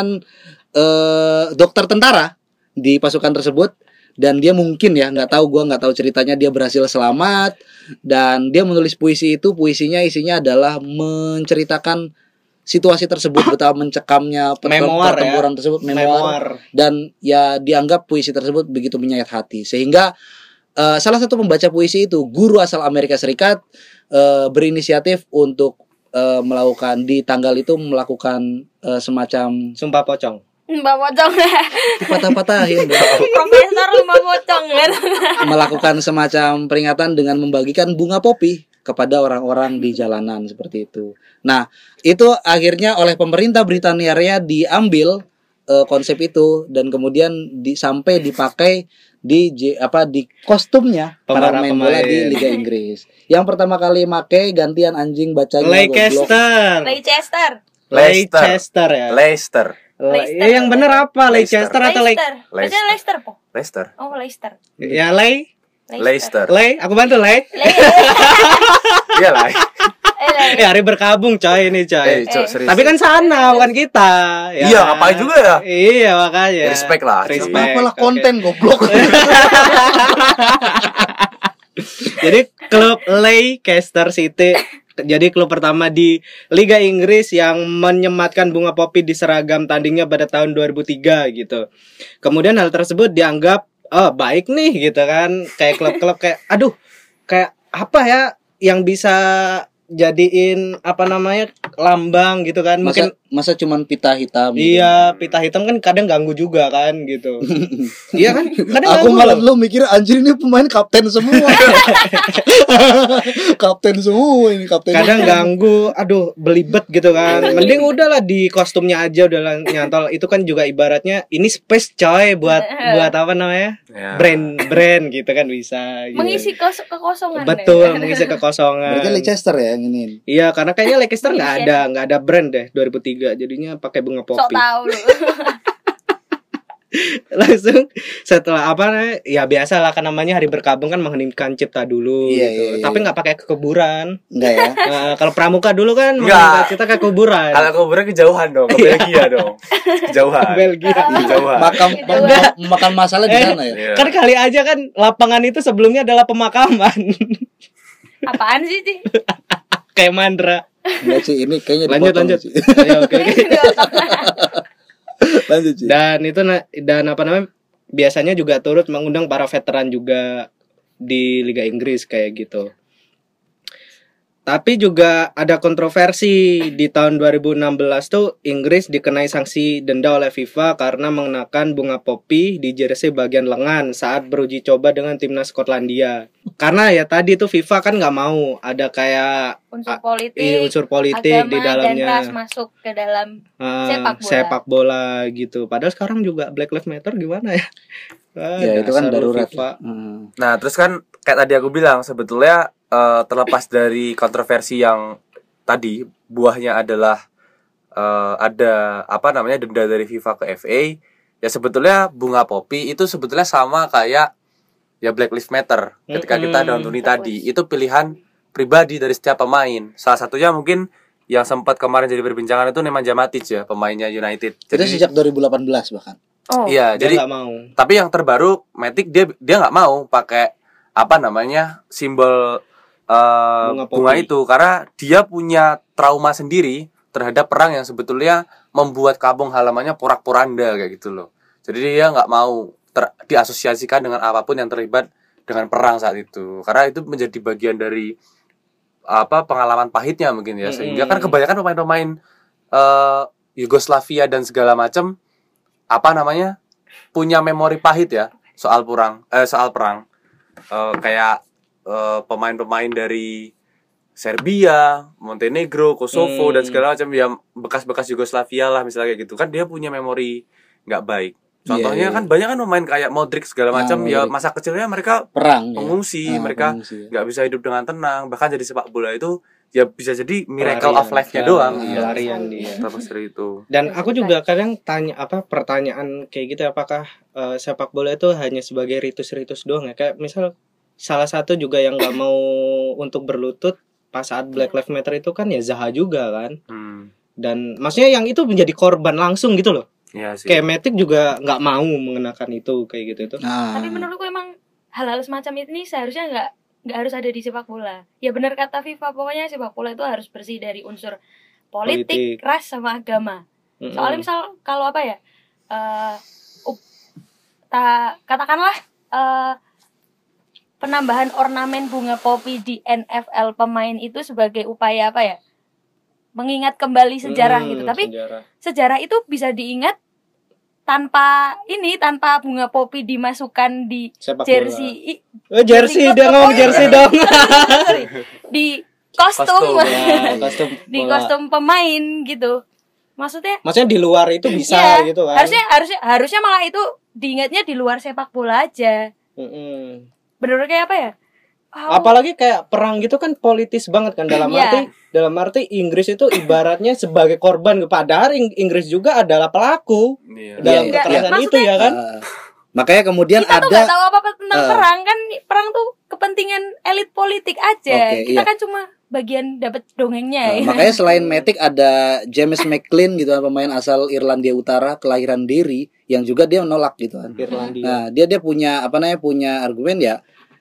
eh dokter tentara di pasukan tersebut, dan dia mungkin ya nggak tahu gua nggak tahu ceritanya dia berhasil selamat, dan dia menulis puisi itu. Puisinya isinya adalah menceritakan situasi tersebut, betapa mencekamnya pertem- Memoir ya. pertempuran tersebut, memoir, Memoir. dan ya dianggap puisi tersebut begitu menyayat hati sehingga eh, salah satu pembaca puisi itu guru asal Amerika Serikat eh, berinisiatif untuk eh, melakukan di tanggal itu melakukan eh, semacam Sumpah pocong. Mbak Pocong. patah-patahin bro. Profesor Mbak Pocong kan. Melakukan semacam peringatan dengan membagikan bunga popi kepada orang-orang di jalanan seperti itu. Nah, itu akhirnya oleh pemerintah Britania Raya diambil eh, konsep itu, dan kemudian di, sampai dipakai di J- apa di kostumnya para Para pemain bola pemain. di Liga Inggris. Yang pertama kali make gantian anjing bacanya goblok. Leicester. Leicester. Leicester. Leicester ya. Leicester. Le- Leicester. yang bener apa? Leicester. Leicester atau Leicester? Leicester. Bacanya Leicester po. Leicester. Oh Leicester. Ya Lei. Leicester. Lei, aku bantu Lei. Le- Iya lah. eh, Le- Eh hari berkabung coy ini Eh, coy. Cok, Eh. serius. Tapi kan sana bukan kita. Ya Iya, kan? ngapain juga ya? Iya makanya. Respect lah, Cok. Respect. Apalah Oke. konten goblok. Jadi klub Leicester City jadi klub pertama di Liga Inggris yang menyematkan bunga popi di seragam tandingnya pada tahun dua ribu tiga gitu. Kemudian hal tersebut dianggap oh baik nih gitu kan. Kayak klub-klub kayak aduh kayak apa ya yang bisa jadiin apa namanya lambang gitu kan. Masa Mungkin masa cuman pita hitam. gitu. iya, pita hitam kan kadang ganggu juga kan gitu. Iya kan? Kadang Aku ganggu malah loh. lu mikir anjir ini pemain kapten semua. Kapten semua ini kapten. Kadang ganggu, aduh belibet gitu kan. Mending udahlah di kostumnya aja udah lah nyantol. Itu kan juga ibaratnya ini space coy buat buat apa namanya? Ya. Brand brand gitu kan bisa. gitu. Mengisi kos- kekosongan. Betul, ya. mengisi kekosongan. Berarti Leicester ya yang ini. Iya, karena kayaknya Leicester nggak Iya. ada nggak ada brand deh dua ribu tiga, jadinya pakai bunga Sok popi. tahu lu. Langsung setelah apa namanya, ya biasa lah kan namanya hari berkabung kan mengheningkan cipta dulu Iya, gitu. iya, iya. Tapi nggak pakai ke kuburan. Enggak ya? Nah, kalau pramuka dulu kan Nggak. mengheningkan cipta ke kuburan. Kalau kuburan kejauhan dong, ke Belgia dong. Kejauhan. Belgia. Kejauhan. Makam Itu ma- makan masalah di Eh. sana ya. Iya. Kan kali aja kan lapangan itu sebelumnya adalah pemakaman. Apaan sih, Ci? Kayak Mandra. Enggak sih, ini kayaknya Lanjut dipotong lanjut. sih. Ayo, oke. oke. Lanjut sih. Dan itu na- dan apa namanya? Biasanya juga turut mengundang para veteran juga di Liga Inggris kayak gitu. Tapi juga ada kontroversi di tahun dua ribu enam belas tuh Inggris dikenai sanksi denda oleh FIFA karena mengenakan bunga popi di jersey bagian lengan saat beruji coba dengan timnas Skotlandia. Karena ya tadi tuh FIFA kan nggak mau ada kayak Unsur ah, politik, iya, unsur politik agama di dalamnya. dan ras masuk ke dalam Ah, sepak bola. sepak bola gitu. Padahal sekarang juga Black Lives Matter gimana ya? Ah, Ya itu kan dasar lu darurat. FIFA. Hmm. Nah, terus kan kayak tadi aku bilang sebetulnya eh, terlepas dari kontroversi yang tadi buahnya adalah eh, ada apa namanya denda dari FIFA ke F A, ya sebetulnya bunga popi itu sebetulnya sama kayak ya Black Lives Matter ketika kita Mm-mm. ada Anthony tadi. Itu pilihan pribadi dari setiap pemain. Salah satunya mungkin yang sempat kemarin jadi perbincangan itu Nemanja Matic ya, pemainnya United. Itu sejak dua ribu delapan belas bahkan. Oh, iya, Dia jadi nggak mau. tapi yang terbaru Matic dia dia nggak mau pakai apa namanya simbol uh, Bunga bunga, popi. itu karena dia punya trauma sendiri terhadap perang yang sebetulnya membuat kampung halamannya porak-poranda kayak gitu loh. Jadi dia nggak mau ter- diasosiasikan dengan apapun yang terlibat dengan perang saat itu karena itu menjadi bagian dari apa pengalaman pahitnya mungkin ya, sehingga kan kebanyakan pemain-pemain uh, Yugoslavia dan segala macam apa namanya punya memori pahit ya soal perang eh soal perang Eh, kayak eh, pemain-pemain dari Serbia, Montenegro, Kosovo Hmm. dan segala macam yang bekas-bekas Yugoslavia lah misalnya kayak gitu kan dia punya memori nggak baik. Contohnya Iya, iya. kan banyak kan pemain kayak Modric segala Nah, macam ya Modric. masa kecilnya mereka Perang ya. pengungsi, Ah, mereka pengungsi, ya. nggak bisa hidup dengan tenang, bahkan jadi sepak bola itu ya bisa jadi miracle Pelarian. of life-nya Ah, doang. iya. Iya. Pelarian dia. Terlepas dari itu. Dan aku juga kadang tanya apa pertanyaan kayak gitu, apakah eh, sepak bola itu hanya sebagai ritus-ritus doang ya? Kayak misal salah satu juga yang nggak mau untuk berlutut pas saat Black Lives Matter itu kan ya Zaha juga kan. Hmm. Dan maksudnya yang itu menjadi korban langsung gitu loh. Iya sih. Kayak Matic juga nggak mau mengenakan itu kayak gitu itu. Nah, tapi menurutku emang hal-hal semacam ini seharusnya nggak nggak harus ada di sepak bola. Ya benar kata FIFA, pokoknya sepak bola itu harus bersih dari unsur Politik. politik, ras sama agama. Mm-mm. Soalnya misal kalau apa ya, eh up, ta, katakanlah eh, penambahan ornamen bunga popi di N F L pemain itu sebagai upaya apa ya, mengingat kembali sejarah Mm, gitu. Tapi sejarah. sejarah itu bisa diingat tanpa ini, tanpa bunga popi dimasukkan di Sepak jersey i- bola. Oh, jersey Jersey dia klub ngomong apa? jersey dong. sorry, di kostum, Kostum, Ya, kostum di bola. kostum pemain gitu. Maksudnya Maksudnya di luar itu bisa iya, gitu kan. harusnya harusnya harusnya malah itu diingatnya di luar sepak bola aja. Mm-mm. Bener kayak apa ya? Oh, Apalagi kayak perang gitu kan politis banget kan, dalam Iya. arti dalam arti Inggris itu ibaratnya sebagai korban, padahal Ing- Inggris juga adalah pelaku Iya. dalam Iya, kekerasan iya. itu ya kan. ah, makanya kemudian kita tuh ada nggak tahu apa-apa tentang eh. perang kan. Perang tuh kepentingan elit politik aja. Oke, kita iya. kan cuma bagian dapat dongengnya. Nah, ya. makanya selain Matic ada James McLean gitu kan, pemain asal Irlandia Utara kelahiran Derry yang juga dia menolak gitu kan. Irlandia. Nah, dia dia punya apa namanya punya argumen ya.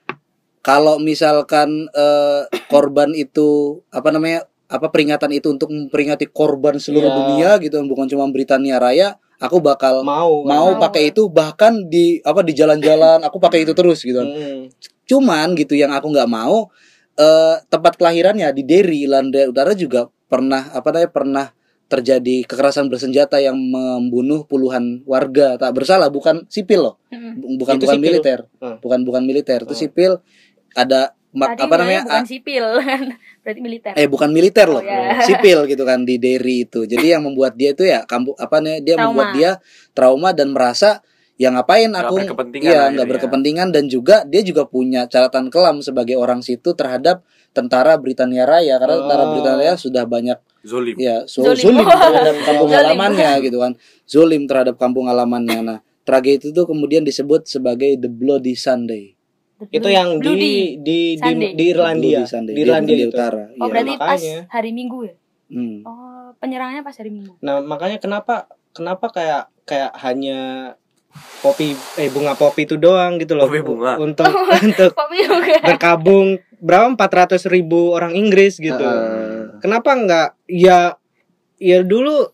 Kalau misalkan eh, korban itu apa namanya apa peringatan itu untuk memperingati korban seluruh Iya. dunia gitu, bukan cuma Britania Raya, aku bakal mau mau Mau. pakai itu bahkan di apa di jalan-jalan aku pakai itu terus gitu kan. Mm. Cuman gitu yang aku nggak mau eh, tempat kelahirannya di Derry, Irlandia Utara juga pernah apa namanya pernah terjadi kekerasan bersenjata yang membunuh puluhan warga tak bersalah, bukan sipil loh. Mm-mm. Bukan Itu bukan sipil. militer. Hmm. Bukan bukan militer, itu Hmm. sipil. Ada mak, Tadi apa namanya? bukan a- sipil kan, berarti militer. eh bukan militer Oh, loh. ya. Sipil gitu kan di Derry itu. Jadi yang membuat dia itu ya kampung apa namanya? Dia Trauma. membuat dia trauma dan merasa ya ngapain Nggak aku berkepentingan iya akhirnya. nggak berkepentingan, dan juga dia juga punya catatan kelam sebagai orang situ terhadap tentara Britania Raya, karena tentara Oh. Britania Raya sudah banyak Zolim. ya so, Zolim. zolim terhadap kampung Zolim. halamannya gitu kan, zolim terhadap kampung halamannya. Nah, tragedi itu kemudian disebut sebagai The Bloody Sunday. Itu yang di Bloody. di di, Sunday. di Irlandia. Bloody Sunday. Di Irlandia di itu. utara. Oh, Iya. berarti pas makanya. hari Minggu ya? Hmm. Oh, penyerangannya pas hari Minggu. Nah, makanya kenapa kenapa kayak kayak hanya popi eh bunga popi itu doang gitu loh. Popi bunga. Untuk untuk Kopi juga. berkabung berapa empat ratus ribu orang Inggris gitu. Uh, Kenapa enggak ya ya dulu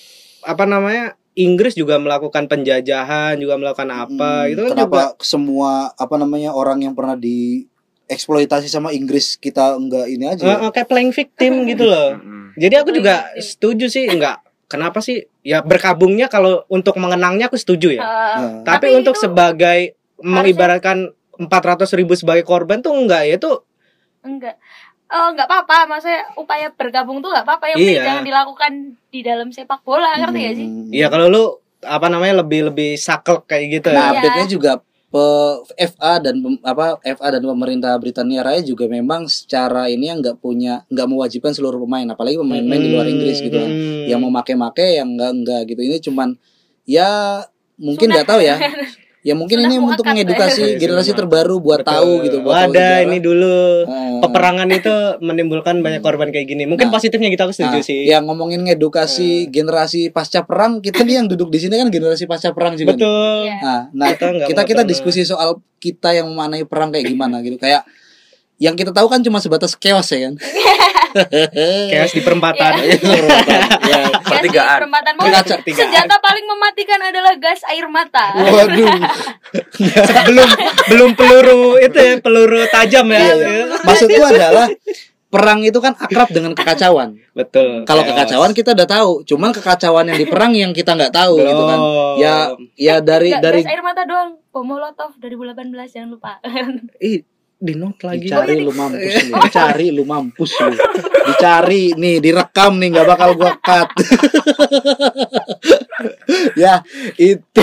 apa namanya Inggris juga melakukan penjajahan, juga melakukan apa hmm, itu kan kenapa juga semua apa namanya orang yang pernah dieksploitasi sama Inggris kita enggak ini aja ya? eh, eh, kayak playing victim gitu loh. Mm-mm. Jadi aku juga Playing victim. setuju sih enggak. Kenapa sih? Ya berkabungnya kalau untuk mengenangnya aku setuju ya. Eh, Nah, Tapi, Tapi untuk itu sebagai mengibaratkan empat ratus ribu sebagai korban tuh enggak ya itu enggak. Oh, enggak apa-apa. Maksudnya upaya bergabung tuh enggak apa-apa. Yang penting Iya. jangan dilakukan di dalam sepak bola, ngerti gak sih? hmm. ya kalau lu apa namanya lebih lebih saklek kayak gitu Nah, ya. Iya. update-nya juga pe- F A dan pem- apa F A dan pemerintah Britania Raya juga memang secara ini yang nggak punya nggak mewajibkan seluruh pemain, apalagi pemain-pemain di luar Inggris gitu kan, Hmm. yang mau make-make yang enggak enggak gitu. Ini cuman ya mungkin nggak tahu ya. Ya mungkin Sudah ini untuk muakat, mengedukasi ya. generasi terbaru buat Betul. tahu gitu, buat tahu Wadah sejarah. ini dulu Eh, peperangan itu menimbulkan banyak korban kayak gini. Mungkin Nah. positifnya kita aku setuju Nah, sih. yang ngomongin ngedukasi generasi pasca perang, kita nih yang duduk di sini kan generasi pasca perang juga. nih. Betul. Iya. Nah, nah Kita nggak kita mau kita terlalu- diskusi soal kita yang memaknai perang kayak gimana gitu. Kayak yang kita tahu kan cuma sebatas chaos ya kan. Chaos di perempatan. ya. Gas di Pertigaan. perempatan mau Pertigaan. senjata paling mematikan adalah gas air mata. Waduh. belum belum peluru itu ya, peluru tajam ya. Iya, iya. Maksudku adalah perang itu kan akrab dengan kekacauan. Betul. Kalau Chaos. kekacauan kita udah tahu, cuman kekacauan yang di perang yang kita nggak tahu gitu kan. Belum. Ya, ya dari Nggak, dari gas air mata doang. Bom Molotov dua ribu delapan belas jangan lupa. Ih, di note lagi. dicari lu mampus lu, dicari lu mampus lu, dicari nih direkam nih nggak bakal gua cut. Ya itu,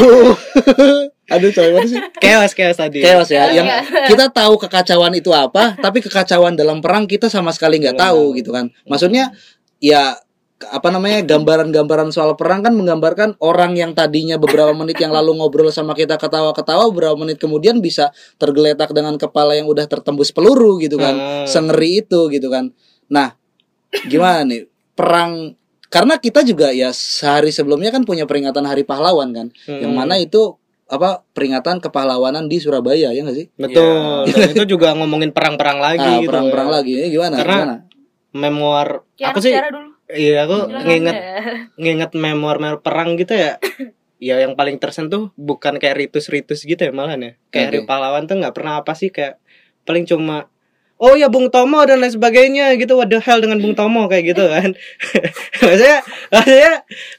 aduh coy mana sih? Chaos chaos tadi. Chaos ya. Chaos, Yang ya. kita tahu kekacauan itu apa, tapi kekacauan dalam perang kita sama sekali nggak tahu gitu kan. Maksudnya ya apa namanya gambaran-gambaran soal perang kan menggambarkan orang yang tadinya beberapa menit yang lalu ngobrol sama kita ketawa-ketawa, beberapa menit kemudian bisa tergeletak dengan kepala yang udah tertembus peluru gitu kan. Hmm. Sengeri itu gitu kan. Nah, gimana nih perang, karena kita juga ya sehari sebelumnya kan punya peringatan Hari Pahlawan kan, Hmm. yang mana itu apa peringatan kepahlawanan di Surabaya ya nggak sih? Betul. Dan itu juga ngomongin perang-perang lagi Ah, gitu. perang-perang ya. lagi ini gimana? Karena gimana? Memoir Kiara aku sih sejarah dulu. iya aku Silakan nginget deh. nginget memoir-memoir perang gitu ya. Ya yang paling tersentuh bukan kayak ritus-ritus gitu ya malahan ya. Kayak Hari Oke. Pahlawan tuh nggak pernah apa sih, kayak paling cuma oh ya Bung Tomo dan lain sebagainya gitu. What the hell dengan Bung Tomo kayak gitu kan. maksudnya maksudnya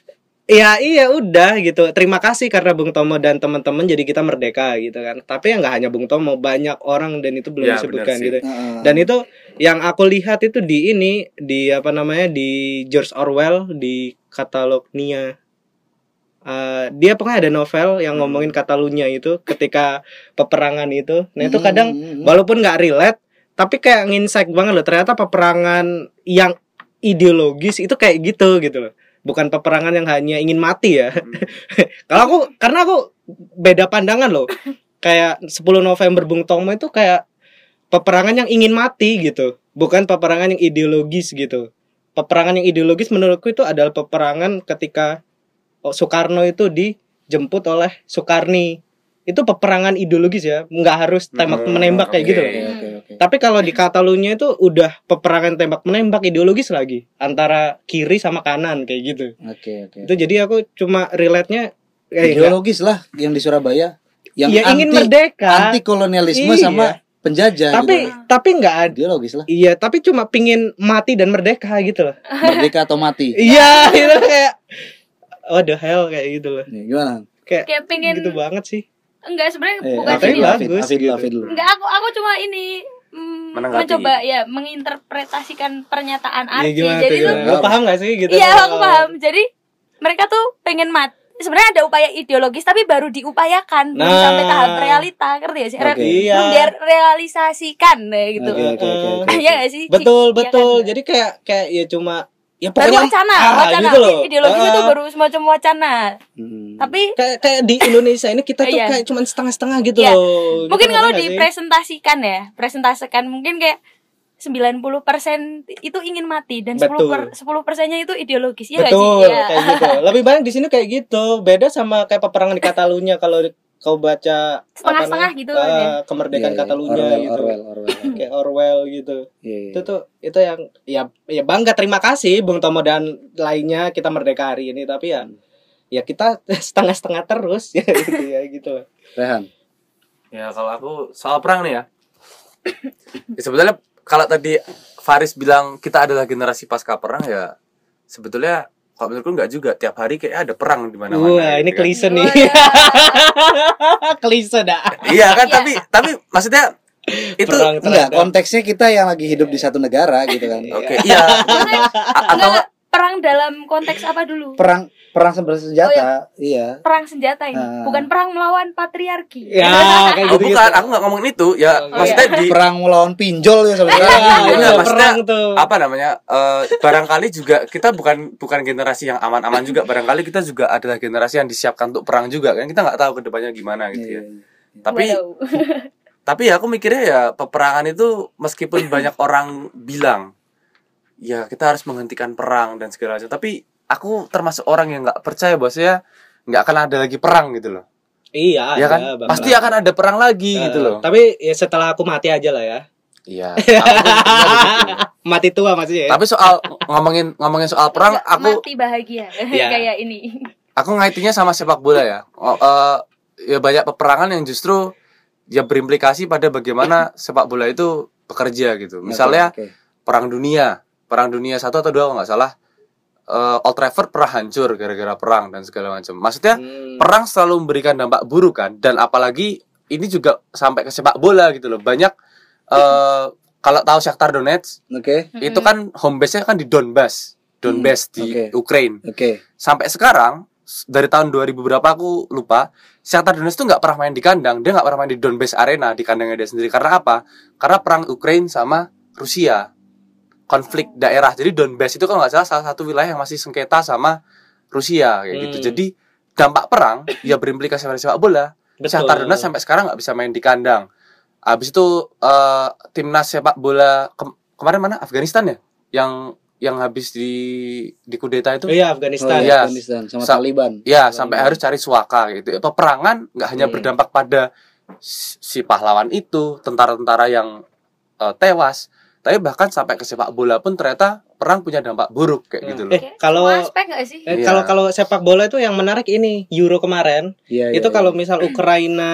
ya iya udah gitu. Terima kasih karena Bung Tomo dan teman-teman jadi kita merdeka gitu kan. Tapi ya nggak hanya Bung Tomo, banyak orang dan itu belum Ya, disebutkan benar sih. gitu. Heeh. Dan itu yang aku lihat itu di ini di apa namanya di George Orwell di Katalognia. Eh, dia pokoknya ada novel yang ngomongin Katalunya itu ketika peperangan itu. Nah itu kadang Hmm. walaupun nggak relate tapi kayak nginsight banget loh, ternyata peperangan yang ideologis itu kayak gitu gitu loh. Bukan peperangan yang hanya ingin mati ya. Kalau aku karena aku beda pandangan loh. Kayak sepuluh November Bung Tomo itu kayak peperangan yang ingin mati gitu, bukan peperangan yang ideologis gitu. Peperangan yang ideologis menurutku itu adalah peperangan ketika oh, Soekarno itu dijemput oleh Soekarni. Itu peperangan ideologis ya, nggak harus tembak Hmm, menembak kayak oke. gitu. Oke, oke, oke. Tapi kalau di Katalunya itu udah peperangan tembak menembak ideologis lagi antara kiri sama kanan kayak gitu. Oke, oke. Itu jadi aku cuma relate-nya eh, enggak. Ideologis lah yang di Surabaya, yang Ya, anti ingin merdeka. anti kolonialisme Iya. sama penjajah Tapi gitu. tapi nggak ada. Ideologis lah. Iya, tapi cuma pingin mati dan merdeka gitu loh. Merdeka atau mati. Iya, itu kayak what the hell kayak gitu loh. Nih, gimana? Kayak, Kayak pengen gitu banget sih. enggak sebenarnya Eh, bukan Tapi ini. lah. Afid, bagus Afid, gitu. Afid dulu. Enggak, aku aku cuma ini mm, Menanggapi. mencoba ya menginterpretasikan pernyataan Iya, Arki. gimana Jadi tuh, tuh gimana? Lo paham gak sih gitu? iya, aku paham. Jadi mereka tuh pengen mati. Sebenarnya ada upaya ideologis tapi baru diupayakan belum Nah. sampai tahap realita, ngerti ya sih? Re- Oke. Iya. Belum direalisasikan ya gitu. Oke, oke, oke, oke. Iya gak sih? Betul, Iya betul. kan? Jadi kayak kayak ya cuma ya baru pokoknya wacana, ah, wacana. gitu loh. Ideologis itu Ah. baru semacam wacana. Hmm. Tapi kayak kayak di Indonesia ini kita tuh Iya. kayak cuma setengah-setengah gitu Iya. loh. Gitu, mungkin kalau ngerti nggak sih? dipresentasikan ya, presentasikan mungkin kayak sembilan puluh persen itu ingin mati dan sepuluh per, sepuluh persennya itu ideologis. Ya nggak Betul, sih? Iya. kayak gitu. Lebih banyak di sini kayak gitu. Beda sama kayak peperangan di Catalunya kalau kau baca Setengah-setengah apa gitu namanya, kan ya. ah, kemerdekaan Iya, iya. Catalunya Orwell, gitu. Orwell, Orwell. Kayak Orwell gitu. Iya, iya. Itu tuh itu yang ya ya bangga, terima kasih Bung Tomo dan lainnya kita merdeka hari ini, tapi ya ya kita setengah-setengah terus ya gitu ya gitu. Rehan. Ya kalau aku soal perang nih ya. Ya sebetulnya kalau tadi Faris bilang kita adalah generasi pasca perang, ya sebetulnya kalau menurutku enggak juga. Tiap hari kayak ada perang di mana-mana. Wah, ini gitu kan. klise nih. Klise dah. Iya kan, Iya. tapi tapi maksudnya itu Perang Enggak, terhadap- konteksnya kita yang lagi hidup di satu negara gitu kan. oke, iya. Maksudnya, A- atau enggak, enggak perang dalam konteks apa dulu? Perang perang bersenjata, iya. Perang senjata ini, Ah. bukan perang melawan patriarki. Ya, kayak oh, gitu. bukan, aku enggak ngomongin itu. Ya, Oh, maksudnya di Perang melawan pinjol ya sebenarnya. Iya, Iya, iya, maksudnya perang tuh. apa namanya? eh, barangkali juga kita bukan bukan generasi yang aman-aman juga. Barangkali kita juga adalah generasi yang disiapkan untuk perang juga kan. Kita nggak tahu ke depannya gimana gitu ya. Tapi Waduh. Tapi ya aku mikirnya ya peperangan itu meskipun banyak orang bilang ya kita harus menghentikan perang dan segala macam, tapi aku termasuk orang yang nggak percaya bahwasanya nggak akan ada lagi perang gitu loh. Iya, Ya ada, kan? bakal Pasti akan ada perang lagi Eh, gitu loh. Tapi ya setelah aku mati aja lah ya. Iya. aku pikirnya begitu. Mati tua maksudnya ya. Tapi soal ngomongin ngomongin soal perang, Nggak aku mati bahagia Iya. kayak ini. aku ngaitinnya sama sepak bola ya. Oh, eh, ya banyak peperangan yang justru ya berimplikasi pada bagaimana sepak bola itu bekerja gitu. Misalnya Oke, oke. perang dunia, perang dunia satu atau dua kalau nggak salah, eh, Old Trafford pernah hancur gara-gara perang dan segala macam. Maksudnya Hmm. perang selalu memberikan dampak buruk kan, dan apalagi ini juga sampai ke sepak bola gitu loh. Banyak eh, kalau tahu Shakhtar Donetsk Oke. itu kan home base-nya kan di Donbas, Donbas di oke. Ukraine. Oke. Sampai sekarang s- dari tahun dua ribu berapa aku lupa, Shakhtar Donetsk itu nggak pernah main di kandang, dia nggak pernah main di Donbas Arena, di kandangnya dia sendiri. Karena apa? Karena perang Ukraine sama Rusia, konflik daerah. Jadi Donbas itu kalau nggak salah salah satu wilayah yang masih sengketa sama Rusia kayak gitu. Hmm. Jadi dampak perang ya berimplikasi pada sepak bola. Betul. Shakhtar Donetsk sampai sekarang nggak bisa main di kandang. Habis itu eh, timnas sepak bola ke- kemarin mana, Afghanistan ya, yang yang habis di di kudeta itu. Oh iya, Oh, Afghanistan. Iya. Afghanistan sama Sa- Taliban. Ya, Taliban. sampai harus cari suaka gitu. Peperangan nggak hanya Iya. berdampak pada si si pahlawan itu, tentara-tentara yang eh, tewas, tapi bahkan sampai ke sepak bola pun ternyata perang punya dampak buruk kayak gitu loh. Eh, kalau Semua aspek nggak sih? eh, Iya. kalau kalau sepak bola itu yang menarik ini Euro kemarin. Iya, itu iya, kalau iya. misal Ukraina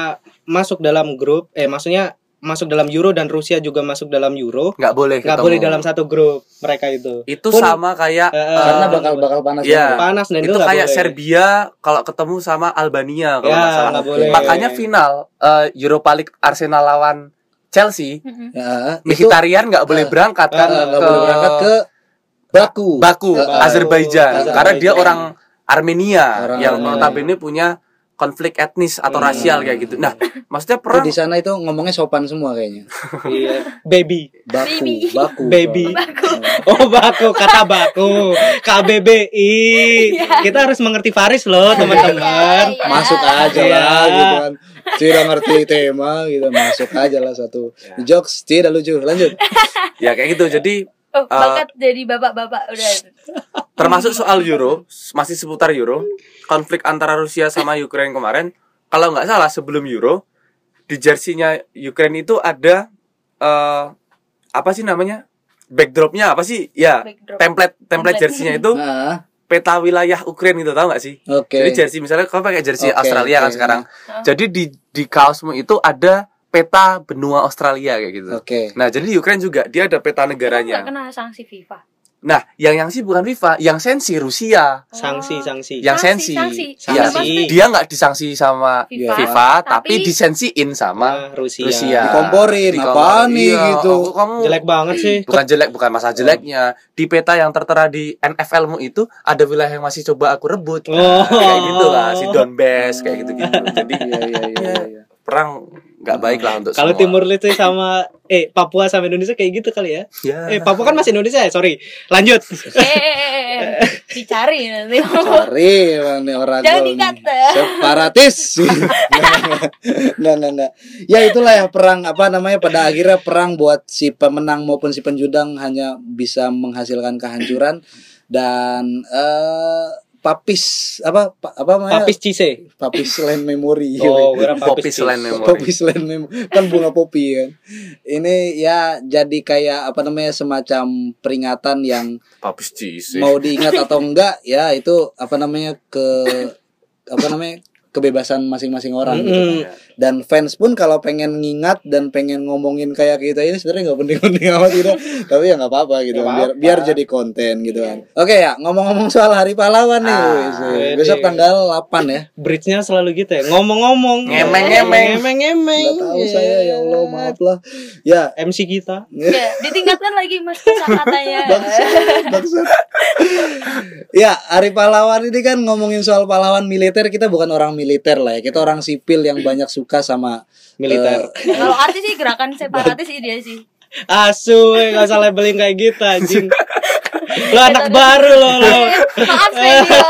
masuk dalam grup, eh maksudnya masuk dalam Euro dan Rusia juga masuk dalam Euro, Nggak boleh nggak ketemu. boleh dalam satu grup mereka itu. Itu Pun- sama kayak Eh, karena eh, bakal bakal panas iya. banget. Panas dan itu nggak kayak boleh. Serbia kalau ketemu sama Albania kalau Ya, nggak salah. nggak boleh. Makanya final eh, Europa League Arsenal lawan Chelsea, Mm-mm. Ya, itu Mkhitaryan nggak boleh eh, berangkat kan eh, nggak ke boleh berangkat ke Baku. Baku, Eh, Azerbaijan, Azerbaijan. karena dia orang Armenia Orang yang Armenia. notabene punya konflik etnis atau Hmm. rasial kayak gitu. Nah, maksudnya Itu perang di sana itu ngomongnya sopan semua kayaknya. Iya. Baby. Baku, Baby. Baku. Baby. Baku. Oh, baku, kata baku. K B B I. Iya. Kita harus mengerti Faris loh, teman-teman. Iya. Masuk aja Iya. lah gitu kan. Tidak ngerti tema gitu, masuk aja lah satu. Ya. Jokes tidak lucu. Lanjut. ya kayak gitu. Jadi Oh, Uh, bakat jadi bapak-bapak udah. termasuk soal Euro, masih seputar Euro, konflik antara Rusia sama Ukraine kemarin, kalau nggak salah sebelum Euro, di jersinya Ukraine itu ada eh, apa sih namanya? Backdropnya apa sih? Ya, Backdrop. template template Template. jersinya itu Nah, peta wilayah Ukraine gitu, tahu nggak sih? oke. Jadi jersey misalnya kau pakai jersey Oke, Australia kan oke. sekarang. Hah? Jadi di di kaosmu itu ada peta benua Australia kayak gitu. Oke. Nah, jadi di Ukraina juga dia ada peta Nggak negaranya. kena sanksi FIFA. Nah, yang yang sih bukan FIFA, yang sensi Rusia. Sanksi, sanksi. Yang sensi. sanksi. Iya, Sanksi. dia nggak disanksi sama FIFA, FIFA, tapi tapi disensiin sama Ah, Rusia. Rusia. Dikomporin, Dikom- apaan nih iya, gitu. aku- kamu Jelek banget sih. bukan jelek, bukan masalah jeleknya. Di peta yang tertera di N F L-mu itu ada wilayah yang masih coba aku rebut. Nah, Oh. kayak gitu lah, si Donbass kayak gitu-gitu. Jadi Iya iya iya iya. perang nggak baik lah untuk Kalau semua. Timur Leste sama eh Papua sama Indonesia kayak gitu kali ya. Ya. Eh Papua kan masih Indonesia ya, sorry. Lanjut. eh, eh, eh, eh, dicari nanti. Cari emang nih orang Jangan gol dikat. nih. Separatis. Nggak, nggak, nggak. Ya itulah ya perang apa namanya pada akhirnya perang buat si pemenang maupun si penjudang hanya bisa menghasilkan kehancuran dan eh papis apa pa- apa namanya Papis Cise. papis land memory. Oh, gue kira Poppy Papis selain Cise. memori. Popis land mem- kan bunga popi kan. Ini ya jadi kayak apa namanya semacam peringatan yang Papis cheese. mau diingat atau enggak ya itu apa namanya ke apa namanya kebebasan masing-masing orang gitu. Mm-mm. Dan fans pun kalau pengen ngingat dan pengen ngomongin kayak kita ini sebenarnya nggak penting-penting amat gitu, tapi ya nggak apa-apa gitu Nggak kan. biar apa-apa. biar jadi konten gitu kan. Oke ya, ngomong-ngomong soal Hari Pahlawan nih, Ah, wis, wede. besok tanggal delapan ya. Bridge-nya selalu gitu ya. Ngomong-ngomong. Ngemeng-ngemeng. Ngemeng-ngemeng. Nggak tahu saya ya Allah, maaf lah. Ya, M C kita. Ya, ditingkatkan lagi Mas kata-katanya. Bangsat. Ya, Hari Pahlawan ini kan ngomongin soal pahlawan militer, kita bukan orang militer lah ya. Kita orang sipil yang banyak suka sama Militer. eh, Kalau artis sih gerakan separatis sih dia sih. Asu, eh, gak usah labeling kayak gitu anjing. Lo anak baru lo lo. Eh, Maaf senior.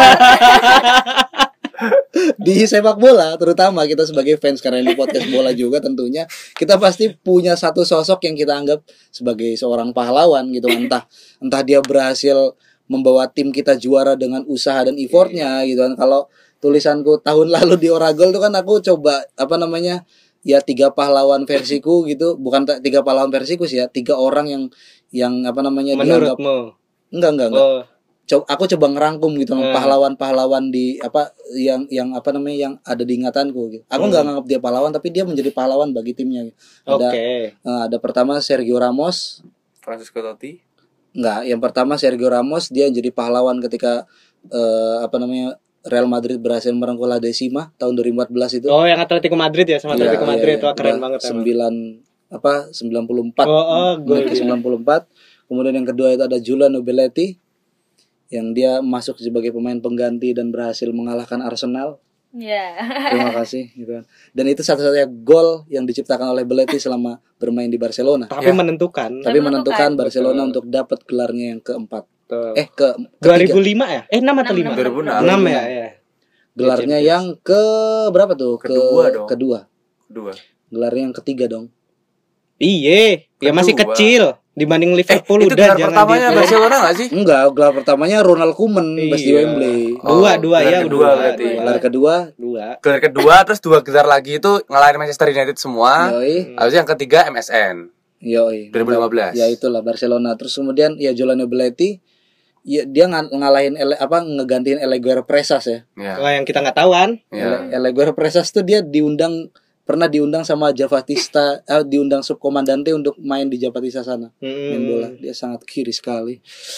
di sepak bola terutama kita sebagai fans karena ini podcast bola juga tentunya kita pasti punya satu sosok yang kita anggap sebagai seorang pahlawan gitu, entah entah dia berhasil membawa tim kita juara dengan usaha dan effortnya gitu kan. Kalau tulisanku tahun lalu di Oragol itu kan aku coba apa namanya ya tiga pahlawan versiku gitu, bukan t- tiga pahlawan versiku sih ya, tiga orang yang yang apa namanya dianggap Menurutmu? enggak enggak enggak Oh, Co- aku coba ngerangkum gitu Hmm. pahlawan-pahlawan di apa yang yang apa namanya yang ada di ingatanku gitu. Aku nggak Hmm. nganggap dia pahlawan tapi dia menjadi pahlawan bagi timnya. Gitu. Ada oke. eh, ada pertama Sergio Ramos. Francisco Totti. Enggak, yang pertama Sergio Ramos dia jadi pahlawan ketika eh, apa namanya Real Madrid berhasil merengkuh La Decima tahun dua ribu empat belas itu. Oh, yang Atletico Madrid ya, sama Iya, Atletico iya, Madrid iya. itu keren Udah banget emang. sembilan apa sembilan puluh empat. Oh, oh, gol Menit ke dia. sembilan puluh empat. Kemudian yang kedua itu ada Giuliano Belletti yang dia masuk sebagai pemain pengganti dan berhasil mengalahkan Arsenal. Ya. Terima kasih gitu kan. Dan itu satu-satunya gol yang diciptakan oleh Belletti selama bermain di Barcelona. Tapi Ya. menentukan. Tapi menentukan menentukan. Barcelona Betul. untuk dapat gelarnya yang keempat. Tuh. Eh ke dua ketiga. ribu lima ya? Eh, enam atau Enam, lima? enam. dua ribu enam. enam ya, ya. Gelarnya Champions. yang ke berapa tuh? Ke Kedua dong. kedua. Kedua. Gelarnya yang ketiga dong. Iya, ya masih Kedua. kecil dibanding Eh, Liverpool itu udah gelar jangan pertamanya di- Barcelona nggak sih? Enggak, gelar pertamanya Ronald Koeman pas di Iya. Wembley. Dua, Oh, dua gelar ya, kedua dua, berarti. dua. Gelar kedua, Dua. Gelar kedua terus dua gelar lagi itu ngalahin Manchester United semua. yoi, Habis itu yang ketiga M S N yoi. dua ribu lima belas. Ya itulah Barcelona. Terus kemudian ya Giuliano Belletti ya, dia ng- ngalahin ele, apa ngegantiin Eleguer Presas ya. Ya. Wah, yang kita nggak tahu kan? Ya. Ele- Eleguer Presas tuh dia diundang pernah diundang sama Javatista eh, diundang subkomandante untuk main di Javatista sana main Hmm. bola. Dia sangat kiri sekali.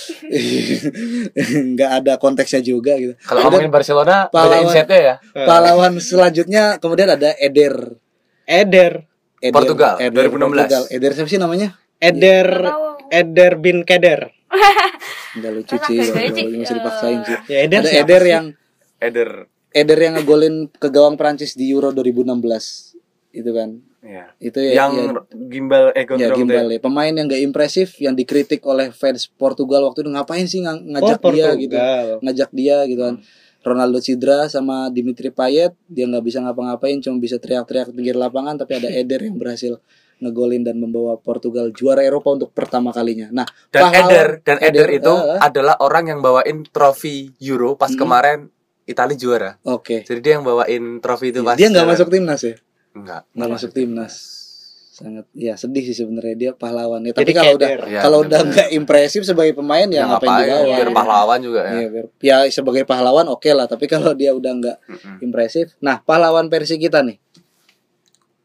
Nggak ada konteksnya juga gitu. Kalau Kemudian ngomongin Barcelona, pahlawan- beda insight-nya ya. pahlawan selanjutnya kemudian ada Eder. Eder, Eder Portugal, Eder, dua ribu enam belas. Portugal. Eder siapa sih namanya? Eder, Nggak tahu. Eder bin Keder. Enggak lucu Anak sih, bebek, masih eh. dipaksain sih. Ya Eder Ada siapa Eder sih? yang Eder. Eder yang ngegolin ke gawang Prancis di Euro dua ribu enam belas itu kan. Ya. Itu ya, Yang ya, gimbal eh ya gondrong gimbal tuh. ya. Pemain yang gak impresif yang dikritik oleh fans Portugal waktu itu ngapain sih ng- ngajak Oh, dia Portugal. gitu. Ngajak dia gitu kan. Ronaldo cedera sama Dimitri Payet, dia nggak bisa ngapa-ngapain, cuma bisa teriak-teriak di pinggir lapangan, tapi ada Eder yang berhasil ngegolin dan membawa Portugal juara Eropa untuk pertama kalinya. Nah, Dan pahlawan- Eder dan Eder, Eder, itu eh. adalah orang yang bawain trofi Euro pas Hmm. kemarin Italia juara. oke. Jadi dia yang bawain trofi itu pas Dia nggak juara. masuk timnas ya? Enggak. Nggak masuk timnas. Sangat ya sedih sih sebenarnya dia pahlawan ya. Jadi Tapi kalau udah Keder. Ya, kalau bener-bener. udah nggak impresif sebagai pemain ya, Ya, ngapain ngapain? dibawa? Biar pahlawan juga ya. Iya, biar- ya sebagai pahlawan oke lah, tapi kalau dia udah nggak Mm-mm. impresif. Nah, pahlawan versi kita nih.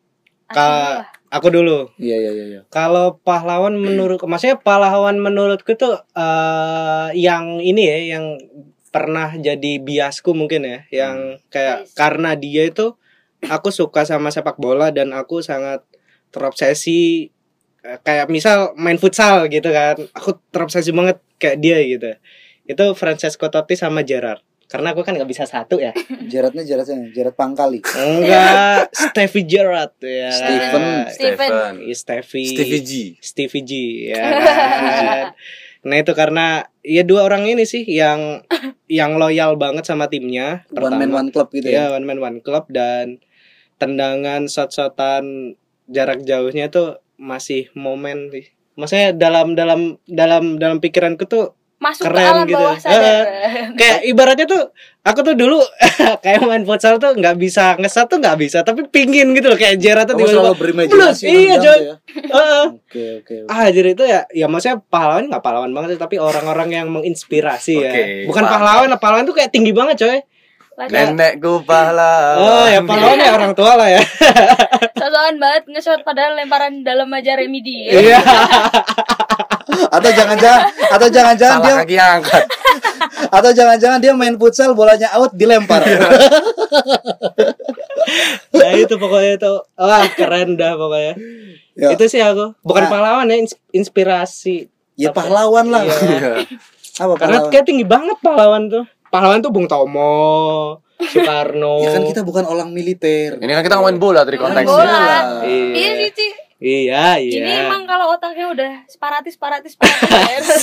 Ka- aku dulu. Iya iya iya. iya. Kalau pahlawan menurut, maksudnya pahlawan menurutku tuh eh yang ini ya, yang pernah jadi biasku mungkin ya, yang kayak Bias. karena dia itu aku suka sama sepak bola dan aku sangat terobsesi, eh, kayak misal main futsal gitu kan, aku terobsesi banget kayak dia gitu. Itu Francesco Totti sama Gerrard. Karena aku kan nggak bisa satu ya. Jeratnya jeratnya Jerat Pangkali. Enggak, Stevie Gerrard ya. Stephen. Stephen. Iya, Stevie. Stevie G. Stevie G ya kan? Nah itu karena ya dua orang ini sih yang yang loyal banget sama timnya. One man one club gitu ya. Ya one man one club, dan tendangan shot-shotan jarak jauhnya tuh masih momen sih. Maksudnya dalam dalam dalam dalam pikiranku tuh Masuk ke keren alam gitu. bawah sadar. kayak ibaratnya tuh aku tuh dulu kayak main futsal tuh nggak bisa ngesat tuh nggak bisa, tapi pingin gitu loh kayak Gerrard tuh Kamu tiba-tiba selalu berimajinasi. Belum, iya, nendang Jon. tuh ya. Heeh. Oke oke. oke. Ah, jadi itu ya, ya maksudnya pahlawan nggak pahlawan banget sih, tapi orang-orang yang menginspirasi ya. Oke, Bukan paham. pahlawan, pahlawan tuh kayak tinggi banget coy. Lagi Nenekku pahlawan. Oh ya pahlawan ya orang tua lah ya. sosokan banget nge-shot padahal lemparan dalam aja remedi. Iya. Atau jangan-jangan atau jangan-jangan dia Salah kaki angkat. atau jangan-jangan dia main futsal, bolanya out dilempar. Nah itu pokoknya itu, wah keren dah pokoknya. Ya. Itu sih aku, bukan Nah. pahlawan ya, ins- inspirasi. Ya pahlawan lah. Iya. Apa Karena pahlawan? kayak tinggi banget pahlawan tuh. Pahlawan tuh Bung Tomo, Soekarno. Ya kan kita bukan orang militer. Ini kan kita ngomongin bola tadi Ngomongin konteksnya. bola. Iya. Iya sih, Ci. Iya, iya. Ini emang kalau otaknya udah separatis, separatis, separatis.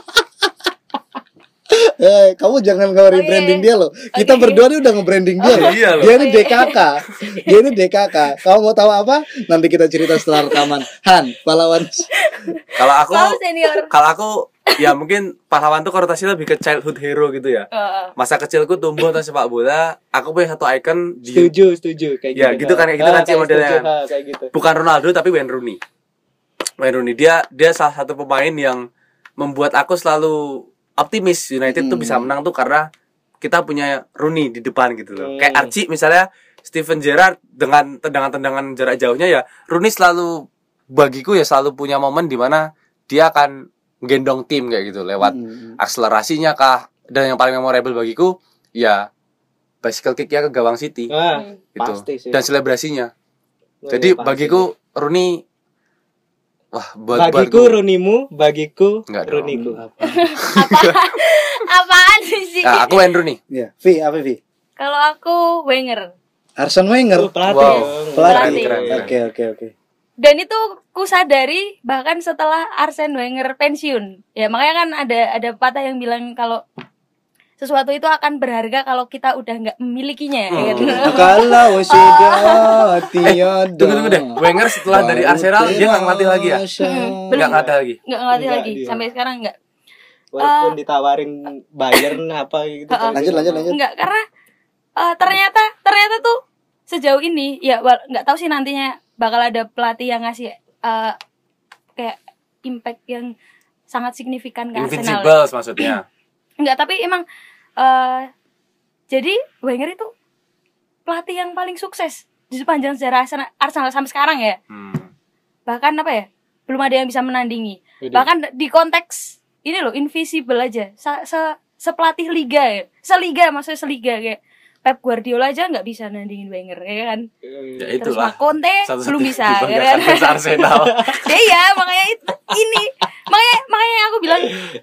Eh, kamu jangan nge rebranding Oke. dia loh. Kita Oke. berdua nih udah nge-branding dia loh. Iya loh. Dia ini Oke. D K K. Dia ini D K K. Kamu mau tahu apa? Nanti kita cerita setelah rekaman. Han, pahlawan. Kalau aku Selalu senior. kalau aku ya mungkin pahlawan tuh konotasinya lebih ke childhood hero gitu ya. Heeh. Masa kecilku tumbuh tentang sepak bola, aku punya satu icon di Setuju, setuju kayak Ya, gitu kan, kayak gitu kan sih kayak modelnya. setuju, ha, kayak gitu. bukan Ronaldo tapi Wayne Rooney. Wayne Rooney dia dia salah satu pemain yang membuat aku selalu optimis United tuh Hmm. bisa menang tuh karena kita punya Rooney di depan gitu loh. Hmm. Kayak Archie misalnya, Steven Gerrard dengan tendangan-tendangan jarak jauhnya ya, Rooney selalu bagiku ya selalu punya momen di mana dia akan gendong tim kayak gitu lewat Hmm. akselerasinya kah, dan yang paling memorable bagiku ya bicycle kick-nya ke gawang City Ah, Hmm. gitu. pasti sih. Dan selebrasinya. Oh, Jadi iya, pasti. bagiku Rooney wah buat bagiku buatku- Rooneymu, bagiku Enggak dong. Rooneyku. Apaan sih? Nah, aku Wayne Rooney. Ya, V apa V? Kalau aku Wenger. Arsene Wenger. Oh, pelatih. Wow. dong. Pelatih. Keren, keren, keren. Oke oke oke. Dan itu ku sadari bahkan setelah Arsene Wenger pensiun. Ya makanya kan ada ada patah yang bilang kalau sesuatu itu akan berharga kalau kita udah nggak memilikinya ya kan? Kalau sudah tiada. Tunggu tunggu deh. Wenger setelah dari Arsenal dia nggak ngelatih lagi ya? Belum. Nggak ngelatih lagi. Nggak ngelatih Nggak, lagi dia. sampai sekarang nggak. Walaupun ditawarin Bayern apa gitu. Heeh. tapi Lanjut, lanjut, lanjut. Nggak karena eh, ternyata ternyata tuh sejauh ini ya wal- nggak tahu sih nantinya bakal ada pelatih yang ngasih eh, kayak impact yang sangat signifikan ke Arsenal. Invincibles maksudnya. Enggak, tapi emang eh jadi Wenger itu pelatih yang paling sukses di sepanjang sejarah Arsenal, Arsenal sampai sekarang ya. Hmm. Bahkan apa ya? Belum ada yang bisa menandingi. Jadi, Bahkan di konteks ini loh, invisible aja. Se, se sepelatih liga ya. Seliga maksudnya seliga kayak Pep Guardiola aja nggak bisa nandingin Wenger ya kan. Ya Terus itulah. Mark Conte Satu-satu belum bisa ya dibanggakan kan. fans Arsenal. Ya iya, makanya itu, ini makanya makanya aku bilang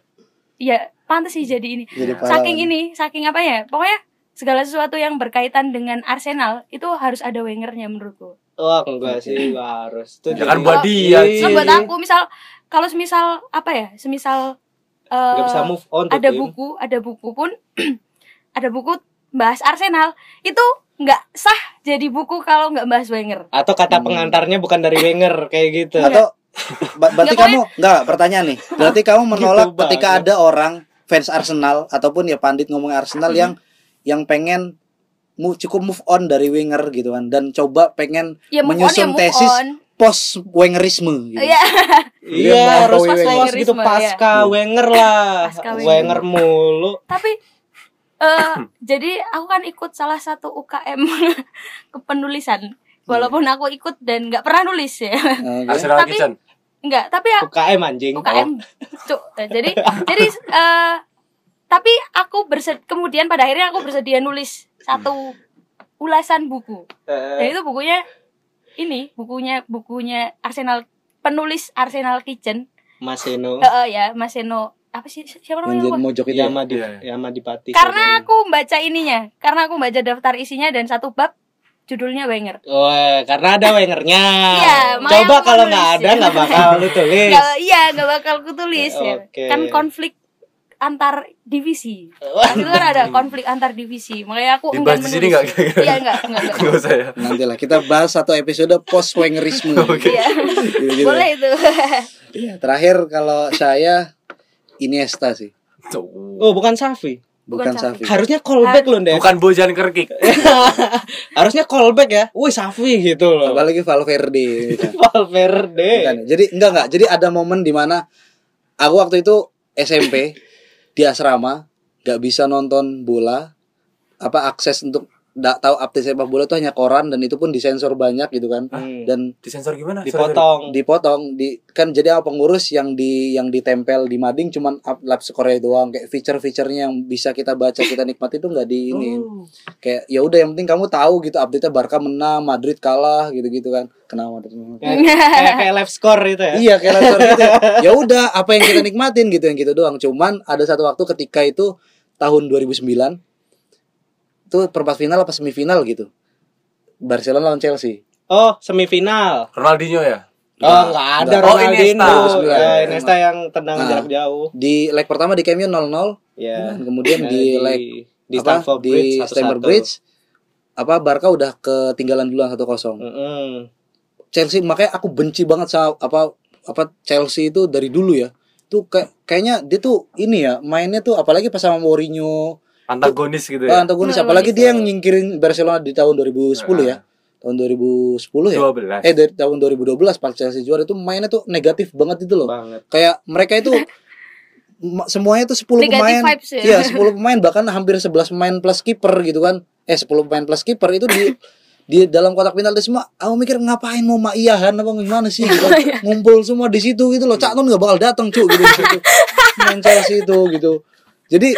ya pantas sih jadi ini. Jadi pahlawan. Saking ini, saking apa ya? Pokoknya segala sesuatu yang berkaitan dengan Arsenal itu harus ada Wengernya menurutku. wah enggak sih, nggak harus. Itu Ya kan jadi- buat dia. Iya. Nah, buat aku misal kalau semisal apa ya? Semisal eh, nggak bisa move on tuh, ada tim. buku, ada buku pun ada buku bahas Arsenal itu nggak sah jadi buku kalau nggak bahas Wenger. Atau kata Hmm. pengantarnya bukan dari Wenger kayak gitu. Atau ba- berarti Nggak, kamu enggak pertanyaan nih. Berarti kamu menolak Gitu, ketika Bang. ada orang fans Arsenal ataupun ya pandit ngomong Arsenal yang yang pengen mu, cukup move on dari Wenger gitu kan dan coba pengen Ya move on ya menyusun move tesis on. post Wengerisme gitu. Iya. Iya, Dia harus melampaui pas Wenger. gitu pasca Iya. Wenger lah. Pasca Wenger. Wenger mulu. Tapi eh jadi aku kan ikut salah satu U K M kepenulisan walaupun aku ikut dan nggak pernah nulis ya. Oke. Arsenal Tapi- Kitchen. Enggak, tapi ya U K M anjing. U K M Cuk. Eh, jadi jadi eh, tapi aku bersedia, kemudian pada akhirnya aku bersedia nulis satu ulasan buku. Dan Eh, itu bukunya ini, bukunya bukunya Arsenal, penulis Arsenal Kitchen. Mas Eno. Eh, eh, ya, Mas Eno. Apa sih siapa Yang namanya? jadi lupa? mojok itu. ya? Yama di Iya, iya. Yama Dipati. Karena aku baca ininya, karena aku baca daftar isinya dan satu bab judulnya Wenger. Wah, karena ada Wengernya. Iya, makanya Coba aku kalau nulis nggak ada ya. nggak bakal lu tulis. Nggak, iya, nggak bakal ku tulis ya. Oke. Kan konflik antar divisi. Wah. Itu kan ada konflik antar divisi. Makanya aku Dibahas enggan di menulis. sini nggak? Iya, enggak, enggak, enggak. Enggak usah ya. Nantilah kita bahas satu episode post Wengerisme. Oke. Iya. Gitu-gitu. Boleh itu. Iya, terakhir kalau saya Iniesta sih, Oh, bukan Safi. bukan Bukan Xavi. Safi. Harusnya callback loh, Deh. Bukan Bojan Kerkik. Harusnya callback ya. Wih, Safi gitu loh. Apalagi Valverde. Bukan. Valverde. Bukan. Jadi enggak enggak. Jadi ada momen di mana aku waktu itu S M P di asrama nggak bisa nonton bola, apa akses untuk nggak tahu update sepak bola itu hanya koran dan itu pun disensor banyak gitu kan. Hmm. Dan Disensor gimana? Dipotong. dipotong di kan jadi apa pengurus yang di yang ditempel di mading cuman up lap skornya doang, kayak feature-featurenya yang bisa kita baca kita nikmati itu nggak di ini. Oh. Kayak ya udah yang penting kamu tahu gitu update-nya Barca menang, Madrid kalah gitu-gitu kan. Kenapa? Kayak kayak, kayak live score itu ya. Iya kayak laptop gitu. Ya udah apa yang kita nikmatin gitu yang gitu doang. Cuman ada satu waktu ketika itu tahun dua ribu sembilan itu perempat final apa semifinal gitu. Barcelona lawan Chelsea. Oh, semifinal. Ronaldinho ya? Oh, enggak ada enggak. Oh, Ronaldinho. Iniesta. Ya, Iniesta yang tendang Nah. jarak jauh. Di leg pertama di Camp Nou nol nol Ya. dan kemudian Eh, di leg di apa, Stamford di Bridge satu Stamford satu. Bridge apa Barca udah ketinggalan duluan satu kosong. Mm-mm. Chelsea makanya aku benci banget sama apa apa Chelsea itu dari dulu ya. Tuh kayak kayaknya dia tuh ini ya mainnya tuh apalagi pas sama Mourinho Antagonis gitu ah, ya? antagonis Nah, apalagi gitu. dia yang nyingkirin Barcelona di tahun dua ribu sepuluh ya. Tahun dua ribu sepuluh ya. dua belas. Eh dari tahun dua ribu dua belas pas Chelsea juara itu mainnya tuh negatif banget itu loh. Banget. Kayak mereka itu ma- semuanya tuh sepuluh Negative pemain. vibes ya. Iya, sepuluh pemain bahkan hampir sebelas pemain plus kiper gitu kan. Eh sepuluh pemain plus kiper itu di di dalam kotak penalti semua. Aku mikir ngapain mau maiyahan apa gimana sih gitu. Ngumpul semua di situ gitu loh. Cak Nun enggak bakal datang cuy gitu di situ. Main Chelsea itu gitu. Jadi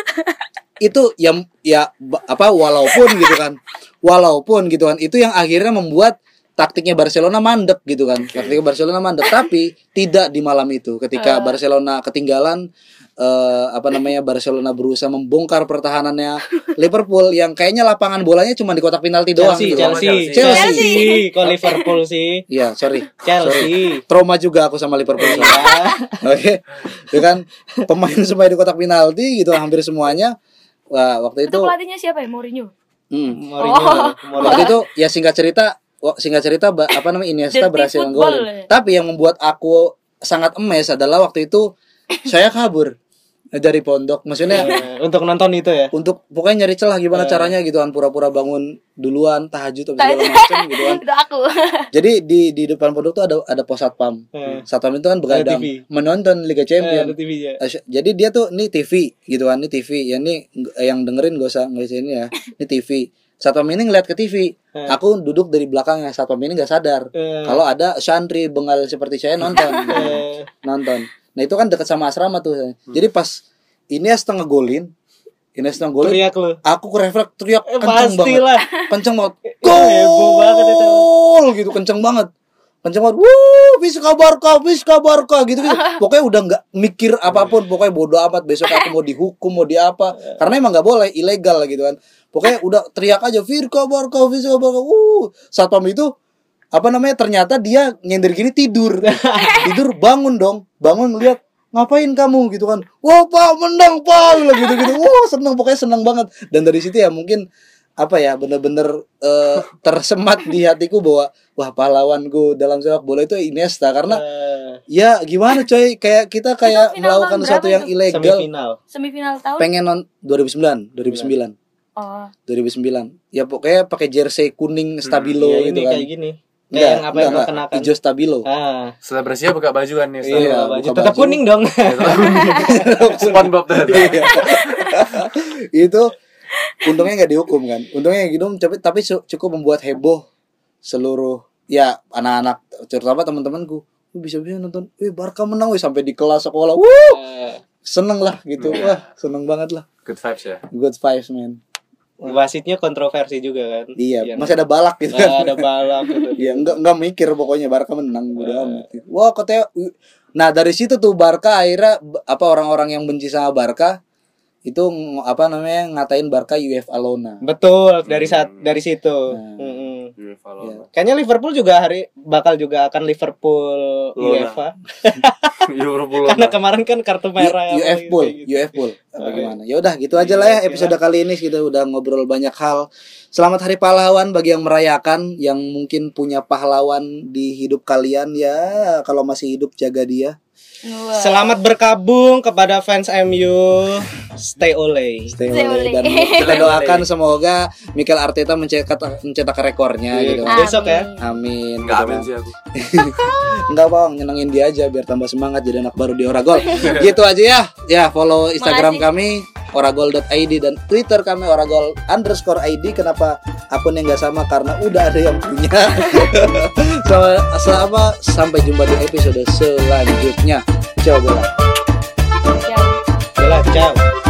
itu yang ya ba- apa walaupun gitu kan. Walaupun gitu kan itu yang akhirnya membuat taktiknya Barcelona mandek gitu kan. Taktiknya Barcelona mandek tapi tidak di malam itu ketika Barcelona ketinggalan eh, apa namanya Barcelona berusaha membongkar pertahanannya Liverpool yang kayaknya lapangan bolanya cuma di kotak penalti doang Chelsea, gitu. Chelsea, Chelsea. Chelsea, Chelsea. Kok Liverpool sih? Iya, sorry. Chelsea. Sorry. Trauma juga aku sama Liverpool. Iya. Oke. Ya kan pemain semua di kotak penalti gitu hampir semuanya. Wah, waktu itu Itu pelatihnya siapa ya? Mourinho. hmm, Mourinho, Oh. Mourinho. waktu itu ya singkat cerita wah, singkat cerita ba- apa namanya Iniesta Dirty berhasil football, nggolin. ya? Tapi yang membuat aku sangat emes adalah waktu itu saya kabur dari pondok. Maksudnya Eh, untuk nonton itu ya. untuk pokoknya nyari celah gimana Eh. caranya gitu kan pura-pura bangun duluan tahajud atau segala macam gitu kan. Itu aku. Jadi di di depan pondok tuh ada ada pos satpam. Eh. Satpam itu kan begadang T V. menonton Liga Eh, Champions. ada T V ya. Eh, Jadi dia tuh nih T V gitu kan, nih T V. Ya nih ng- yang dengerin gak usah nggak usah ini ya. Ini T V. Satpam ini ngeliat ke T V. Eh. Aku duduk dari belakangnya. Satpam ini nggak sadar. Eh. Kalau ada santri bengal seperti saya nonton, Eh. nonton. Nah itu kan dekat sama asrama tuh. Jadi pas ini setengah golin, ini setengah golin, Teriak lu. aku ke refleks teriak Eh, kenceng banget, pastilah. kenceng banget, Heboh banget itu. gol gitu, kenceng banget, kenceng banget, wuh, Vizca Barca, Vizca Barca gitu gitu. Pokoknya udah nggak mikir apapun, pokoknya bodo amat besok aku mau dihukum mau di apa, karena emang nggak boleh, ilegal gitu kan. Pokoknya udah teriak aja Vizca Barca, Vizca Barca, wuh, satpam itu apa namanya ternyata dia nyender gini tidur, tidur bangun dong, bangun ngeliat ngapain kamu gitu kan, wah pak menang pak gitu gitu, wah seneng pokoknya seneng banget. Dan dari situ ya mungkin apa ya bener-bener eh, tersemat di hatiku bahwa wah pahlawanku dalam sepak bola itu Iniesta karena Eh, ya gimana coy kayak kita kayak Itu final melakukan tahun sesuatu berapa yang itu? ilegal semifinal. Semifinal tahun. pengen non dua ribu sembilan dua ribu sembilan Oh. dua ribu sembilan ya pokoknya pakai jersey kuning stabilo Ya, gitu ini kan kayak gini. Kayak enggak, yang apa enggak, yang enggak, kenakan. hijau stabilo. Ah. Selebrasinya buka baju kan nih. Iya, Iya, buka tetap baju. kuning dong. SpongeBob tadi. Iya. Itu untungnya nggak dihukum kan, untungnya gitu tapi tapi cu- cukup membuat heboh seluruh ya anak-anak terutama teman-temanku bisa-bisa nonton, eh Barca menang, wih sampai di kelas sekolah, wuh seneng lah gitu, wah seneng banget lah, Good vibes ya. good vibes man. Wasitnya kontroversi juga kan. Iya, Yang- masih ada balak gitu Ah, kan. ada balak gitu. Iya, enggak enggak mikir pokoknya Barca menang udah amat. Wah, katanya nah dari situ tuh Barca akhirnya b- apa orang-orang yang benci sama Barca itu ng- apa namanya ngatain Barca U E F A Lona. Betul, dari saat dari situ. Nah. Mm-mm. UEFA Iya. Lona. Kayaknya Liverpool juga hari bakal juga akan Liverpool Lona. UEFA. Liverpool Karena Lona. kemarin kan kartu merah U F Pool, gitu. U F Pool. Apa Oke. gimana? Ya udah gitu aja lah ya episode kali ini kita udah ngobrol banyak hal. Selamat Hari Pahlawan bagi yang merayakan, yang mungkin punya pahlawan di hidup kalian ya, kalau masih hidup jaga dia. Wah. Selamat berkabung kepada fans M U. Stay Ole. Stay Stay oleh. oleh. Dan kita doakan semoga Mikel Arteta mencetak mencetak rekornya Iya. gitu. Besok ya. Amin. Enggak gitu amin kan. sih aku. Enggak bang, nyenengin dia aja biar tambah semangat jadi anak baru di Oragol. Gitu aja ya. Ya follow Instagram Makasih. kami oragol dot i d dan Twitter kami oragol underscore id. Kenapa akun yang nggak sama? Karena udah ada yang punya. Sama, sama sampai jumpa di episode selanjutnya. Ciao bola. Ciao. Jelas, ciao.